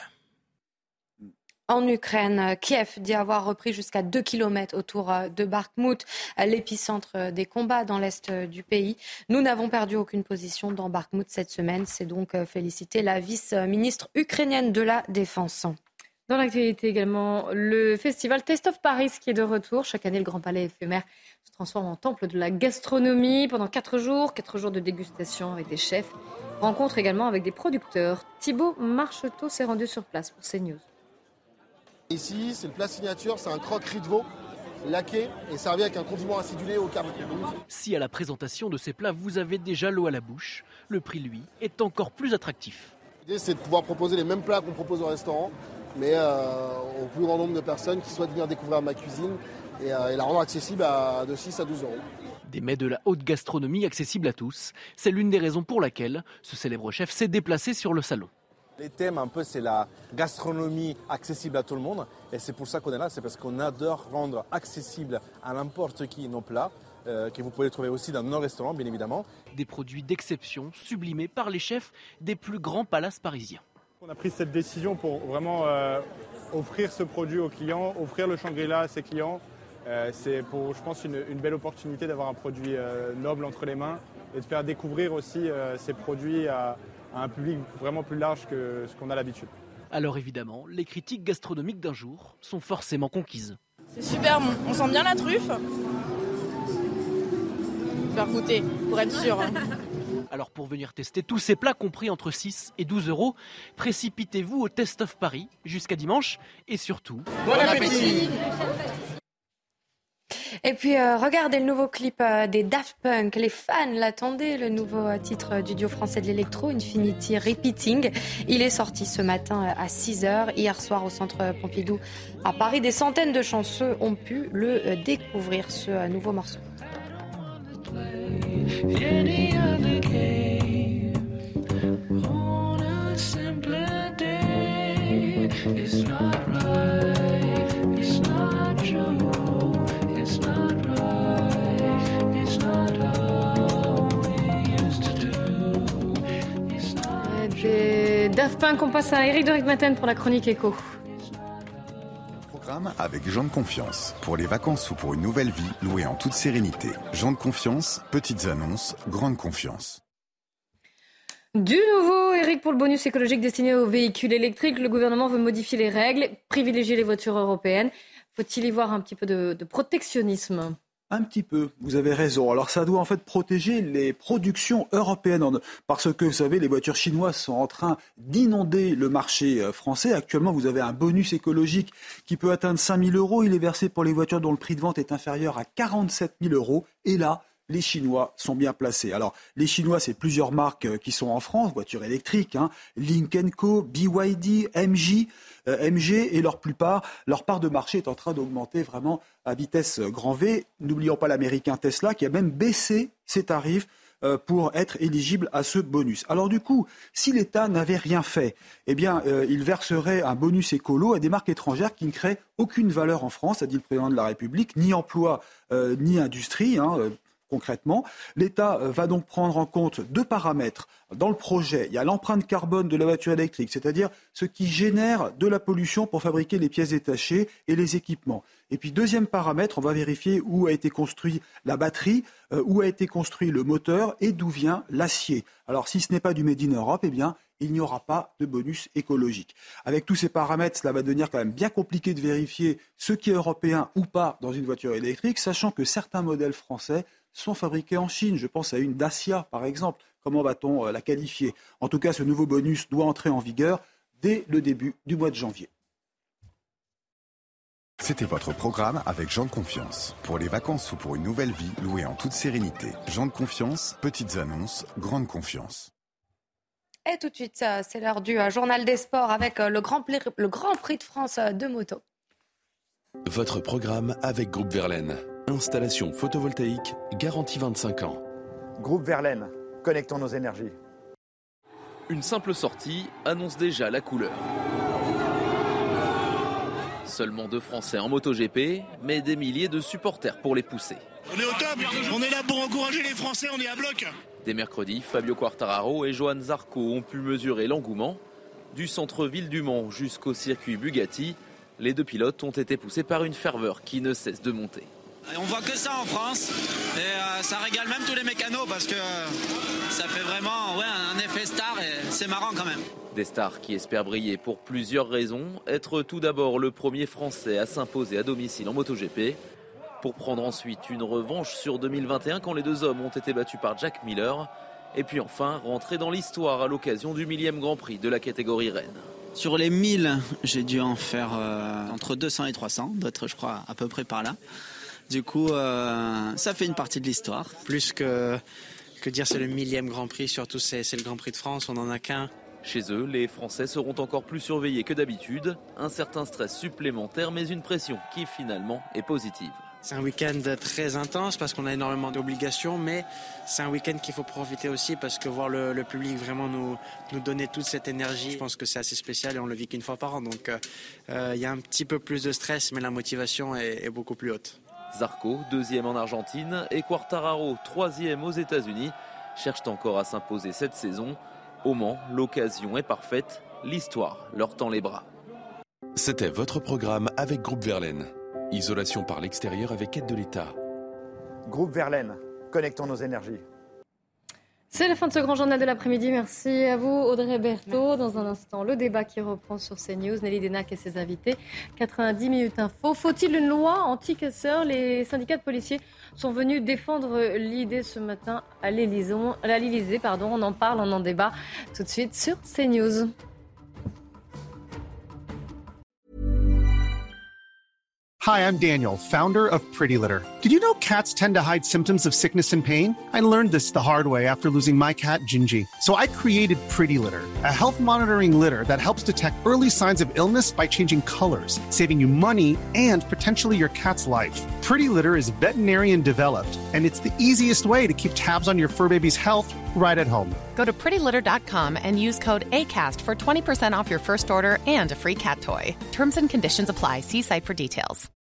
En Ukraine, Kiev dit avoir repris jusqu'à deux kilomètres autour de Bakhmout, l'épicentre des combats dans l'est du pays. Nous n'avons perdu aucune position dans Bakhmout cette semaine. C'est donc féliciter la vice-ministre ukrainienne de la Défense. Dans l'actualité également, le festival Taste of Paris qui est de retour. Chaque année, le Grand Palais éphémère se transforme en temple de la gastronomie pendant quatre jours. Quatre jours de dégustation avec des chefs. Rencontre également avec des producteurs. Thibaut Marcheteau s'est rendu sur place pour CNews. Ici, c'est le plat signature, c'est un croque-riz de veau laqué et servi avec un condiment acidulé au caramel. Si à la présentation de ces plats, vous avez déjà l'eau à la bouche, le prix, lui, est encore plus attractif. L'idée, c'est de pouvoir proposer les mêmes plats qu'on propose au restaurant, mais euh, au plus grand nombre de personnes qui souhaitent venir découvrir ma cuisine et, euh, et la rendre accessible à, de six à douze euros. Des mets de la haute gastronomie accessibles à tous, c'est l'une des raisons pour laquelle ce célèbre chef s'est déplacé sur le salon. Les thèmes, un peu, c'est la gastronomie accessible à tout le monde. Et c'est pour ça qu'on est là, c'est parce qu'on adore rendre accessible à n'importe qui nos plats, euh, que vous pouvez trouver aussi dans nos restaurants, bien évidemment. Des produits d'exception sublimés par les chefs des plus grands palaces parisiens. On a pris cette décision pour vraiment euh, offrir ce produit aux clients, offrir le Shangri-La à ses clients. Euh, c'est pour, je pense, une, une belle opportunité d'avoir un produit euh, noble entre les mains et de faire découvrir aussi euh, ces produits à à un public vraiment plus large que ce qu'on a l'habitude. Alors évidemment, les critiques gastronomiques d'un jour sont forcément conquises. C'est super bon, on sent bien la truffe. Faire goûter, pour être sûr. Alors pour venir tester tous ces plats compris entre six et douze euros, précipitez-vous au Taste of Paris jusqu'à dimanche et surtout... Bon appétit! Et puis, euh, regardez le nouveau clip euh, des Daft Punk. Les fans l'attendaient, le nouveau euh, titre du duo français de l'électro, Infinity Repeating. Il est sorti ce matin euh, à six heures. Hier soir, au Centre Pompidou à Paris, des centaines de chanceux ont pu le euh, découvrir, ce euh, nouveau morceau. Des Daft Punk, on passe à Éric de Ritmaten pour la chronique éco. Programme avec Jean de Confiance. Pour les vacances ou pour une nouvelle vie, louée en toute sérénité. Jean de Confiance, petites annonces, grande confiance. Du nouveau, Eric, pour le bonus écologique destiné aux véhicules électriques, le gouvernement veut modifier les règles, privilégier les voitures européennes. Faut-il y voir un petit peu de, de protectionnisme ? Un petit peu, vous avez raison. Alors ça doit en fait protéger les productions européennes parce que vous savez, les voitures chinoises sont en train d'inonder le marché français. Actuellement, vous avez un bonus écologique qui peut atteindre cinq mille euros. Il est versé pour les voitures dont le prix de vente est inférieur à quarante-sept mille euros. Et là, les Chinois sont bien placés. Alors, les Chinois, c'est plusieurs marques qui sont en France, voitures électriques, hein, Lynk and Co, B Y D, M J, euh, M G, et leur plupart, leur part de marché est en train d'augmenter vraiment à vitesse grand V. N'oublions pas l'américain Tesla qui a même baissé ses tarifs euh, pour être éligible à ce bonus. Alors du coup, si l'État n'avait rien fait, eh bien, euh, il verserait un bonus écolo à des marques étrangères qui ne créent aucune valeur en France, a dit le président de la République, ni emploi, euh, ni industrie, hein, euh, concrètement. L'État va donc prendre en compte deux paramètres dans le projet. Il y a l'empreinte carbone de la voiture électrique, c'est-à-dire ce qui génère de la pollution pour fabriquer les pièces détachées et les équipements. Et puis deuxième paramètre, on va vérifier où a été construite la batterie, euh, où a été construit le moteur et d'où vient l'acier. Alors si ce n'est pas du Made in Europe, eh bien il n'y aura pas de bonus écologique. Avec tous ces paramètres, cela va devenir quand même bien compliqué de vérifier ce qui est européen ou pas dans une voiture électrique, sachant que certains modèles français sont fabriqués en Chine. Je pense à une Dacia, par exemple. Comment va-t-on la qualifier ? En tout cas, ce nouveau bonus doit entrer en vigueur dès le début du mois de janvier. C'était votre programme avec Jean de Confiance. Pour les vacances ou pour une nouvelle vie, louée en toute sérénité. Jean de Confiance, petites annonces, grande confiance. Et tout de suite, c'est l'heure du journal des sports avec le Grand Prix, le Grand Prix de France de moto. Votre programme avec Groupe Verlaine. Installation photovoltaïque, garantie vingt-cinq ans. Groupe Verlaine, connectons nos énergies. Une simple sortie annonce déjà la couleur. Seulement deux Français en MotoGP, mais des milliers de supporters pour les pousser. On est au top, on est là pour encourager les Français, on est à bloc. Dès mercredi, Fabio Quartararo et Johan Zarco ont pu mesurer l'engouement. Du centre-ville du Mans jusqu'au circuit Bugatti, les deux pilotes ont été poussés par une ferveur qui ne cesse de monter. On voit que ça en France et euh, ça régale même tous les mécanos parce que ça fait vraiment ouais, un effet star et c'est marrant quand même. Des stars qui espèrent briller pour plusieurs raisons. Être tout d'abord le premier Français à s'imposer à domicile en MotoGP, pour prendre ensuite une revanche sur deux mille vingt et un quand les deux hommes ont été battus par Jack Miller. Et puis enfin rentrer dans l'histoire à l'occasion du millième Grand Prix de la catégorie Rennes. Sur les mille, j'ai dû en faire euh, entre deux cents et trois cents, d'autres je crois à peu près par là. Du coup, euh, ça fait une partie de l'histoire. Plus que, que dire c'est le millième Grand Prix, surtout c'est, c'est le Grand Prix de France, on n'en a qu'un. Chez eux, les Français seront encore plus surveillés que d'habitude. Un certain stress supplémentaire, mais une pression qui finalement est positive. C'est un week-end très intense parce qu'on a énormément d'obligations, mais c'est un week-end qu'il faut profiter aussi parce que voir le, le public vraiment nous, nous donner toute cette énergie, je pense que c'est assez spécial et on le vit qu'une fois par an. Donc il euh, y a un petit peu plus de stress, mais la motivation est, est beaucoup plus haute. Zarco, deuxième en Argentine, et Quartararo, troisième aux États-Unis, cherchent encore à s'imposer cette saison. Au Mans, l'occasion est parfaite, l'histoire leur tend les bras. C'était votre programme avec Groupe Verlaine. Isolation par l'extérieur avec aide de l'État. Groupe Verlaine, connectons nos énergies. C'est la fin de ce grand journal de l'après-midi. Merci à vous, Audrey Berthaud. Dans un instant, le débat qui reprend sur CNews. Nelly Denac et ses invités. quatre-vingt-dix minutes info. Faut-il une loi anti-casseurs ? Les syndicats de policiers sont venus défendre l'idée ce matin à l'Élysée. À l'Élysée, pardon. On en parle, on en débat tout de suite sur CNews. Hi, I'm Daniel, founder of Pretty Litter. Did you know cats tend to hide symptoms of sickness and pain? I learned this the hard way after losing my cat, Gingy. So I created Pretty Litter, a health monitoring litter that helps detect early signs of illness by changing colors, saving you money and potentially your cat's life. Pretty Litter is veterinarian developed, and it's the easiest way to keep tabs on your fur baby's health right at home. Go to pretty litter dot com and use code ACAST for twenty percent off your first order and a free cat toy. Terms and conditions apply. See site for details.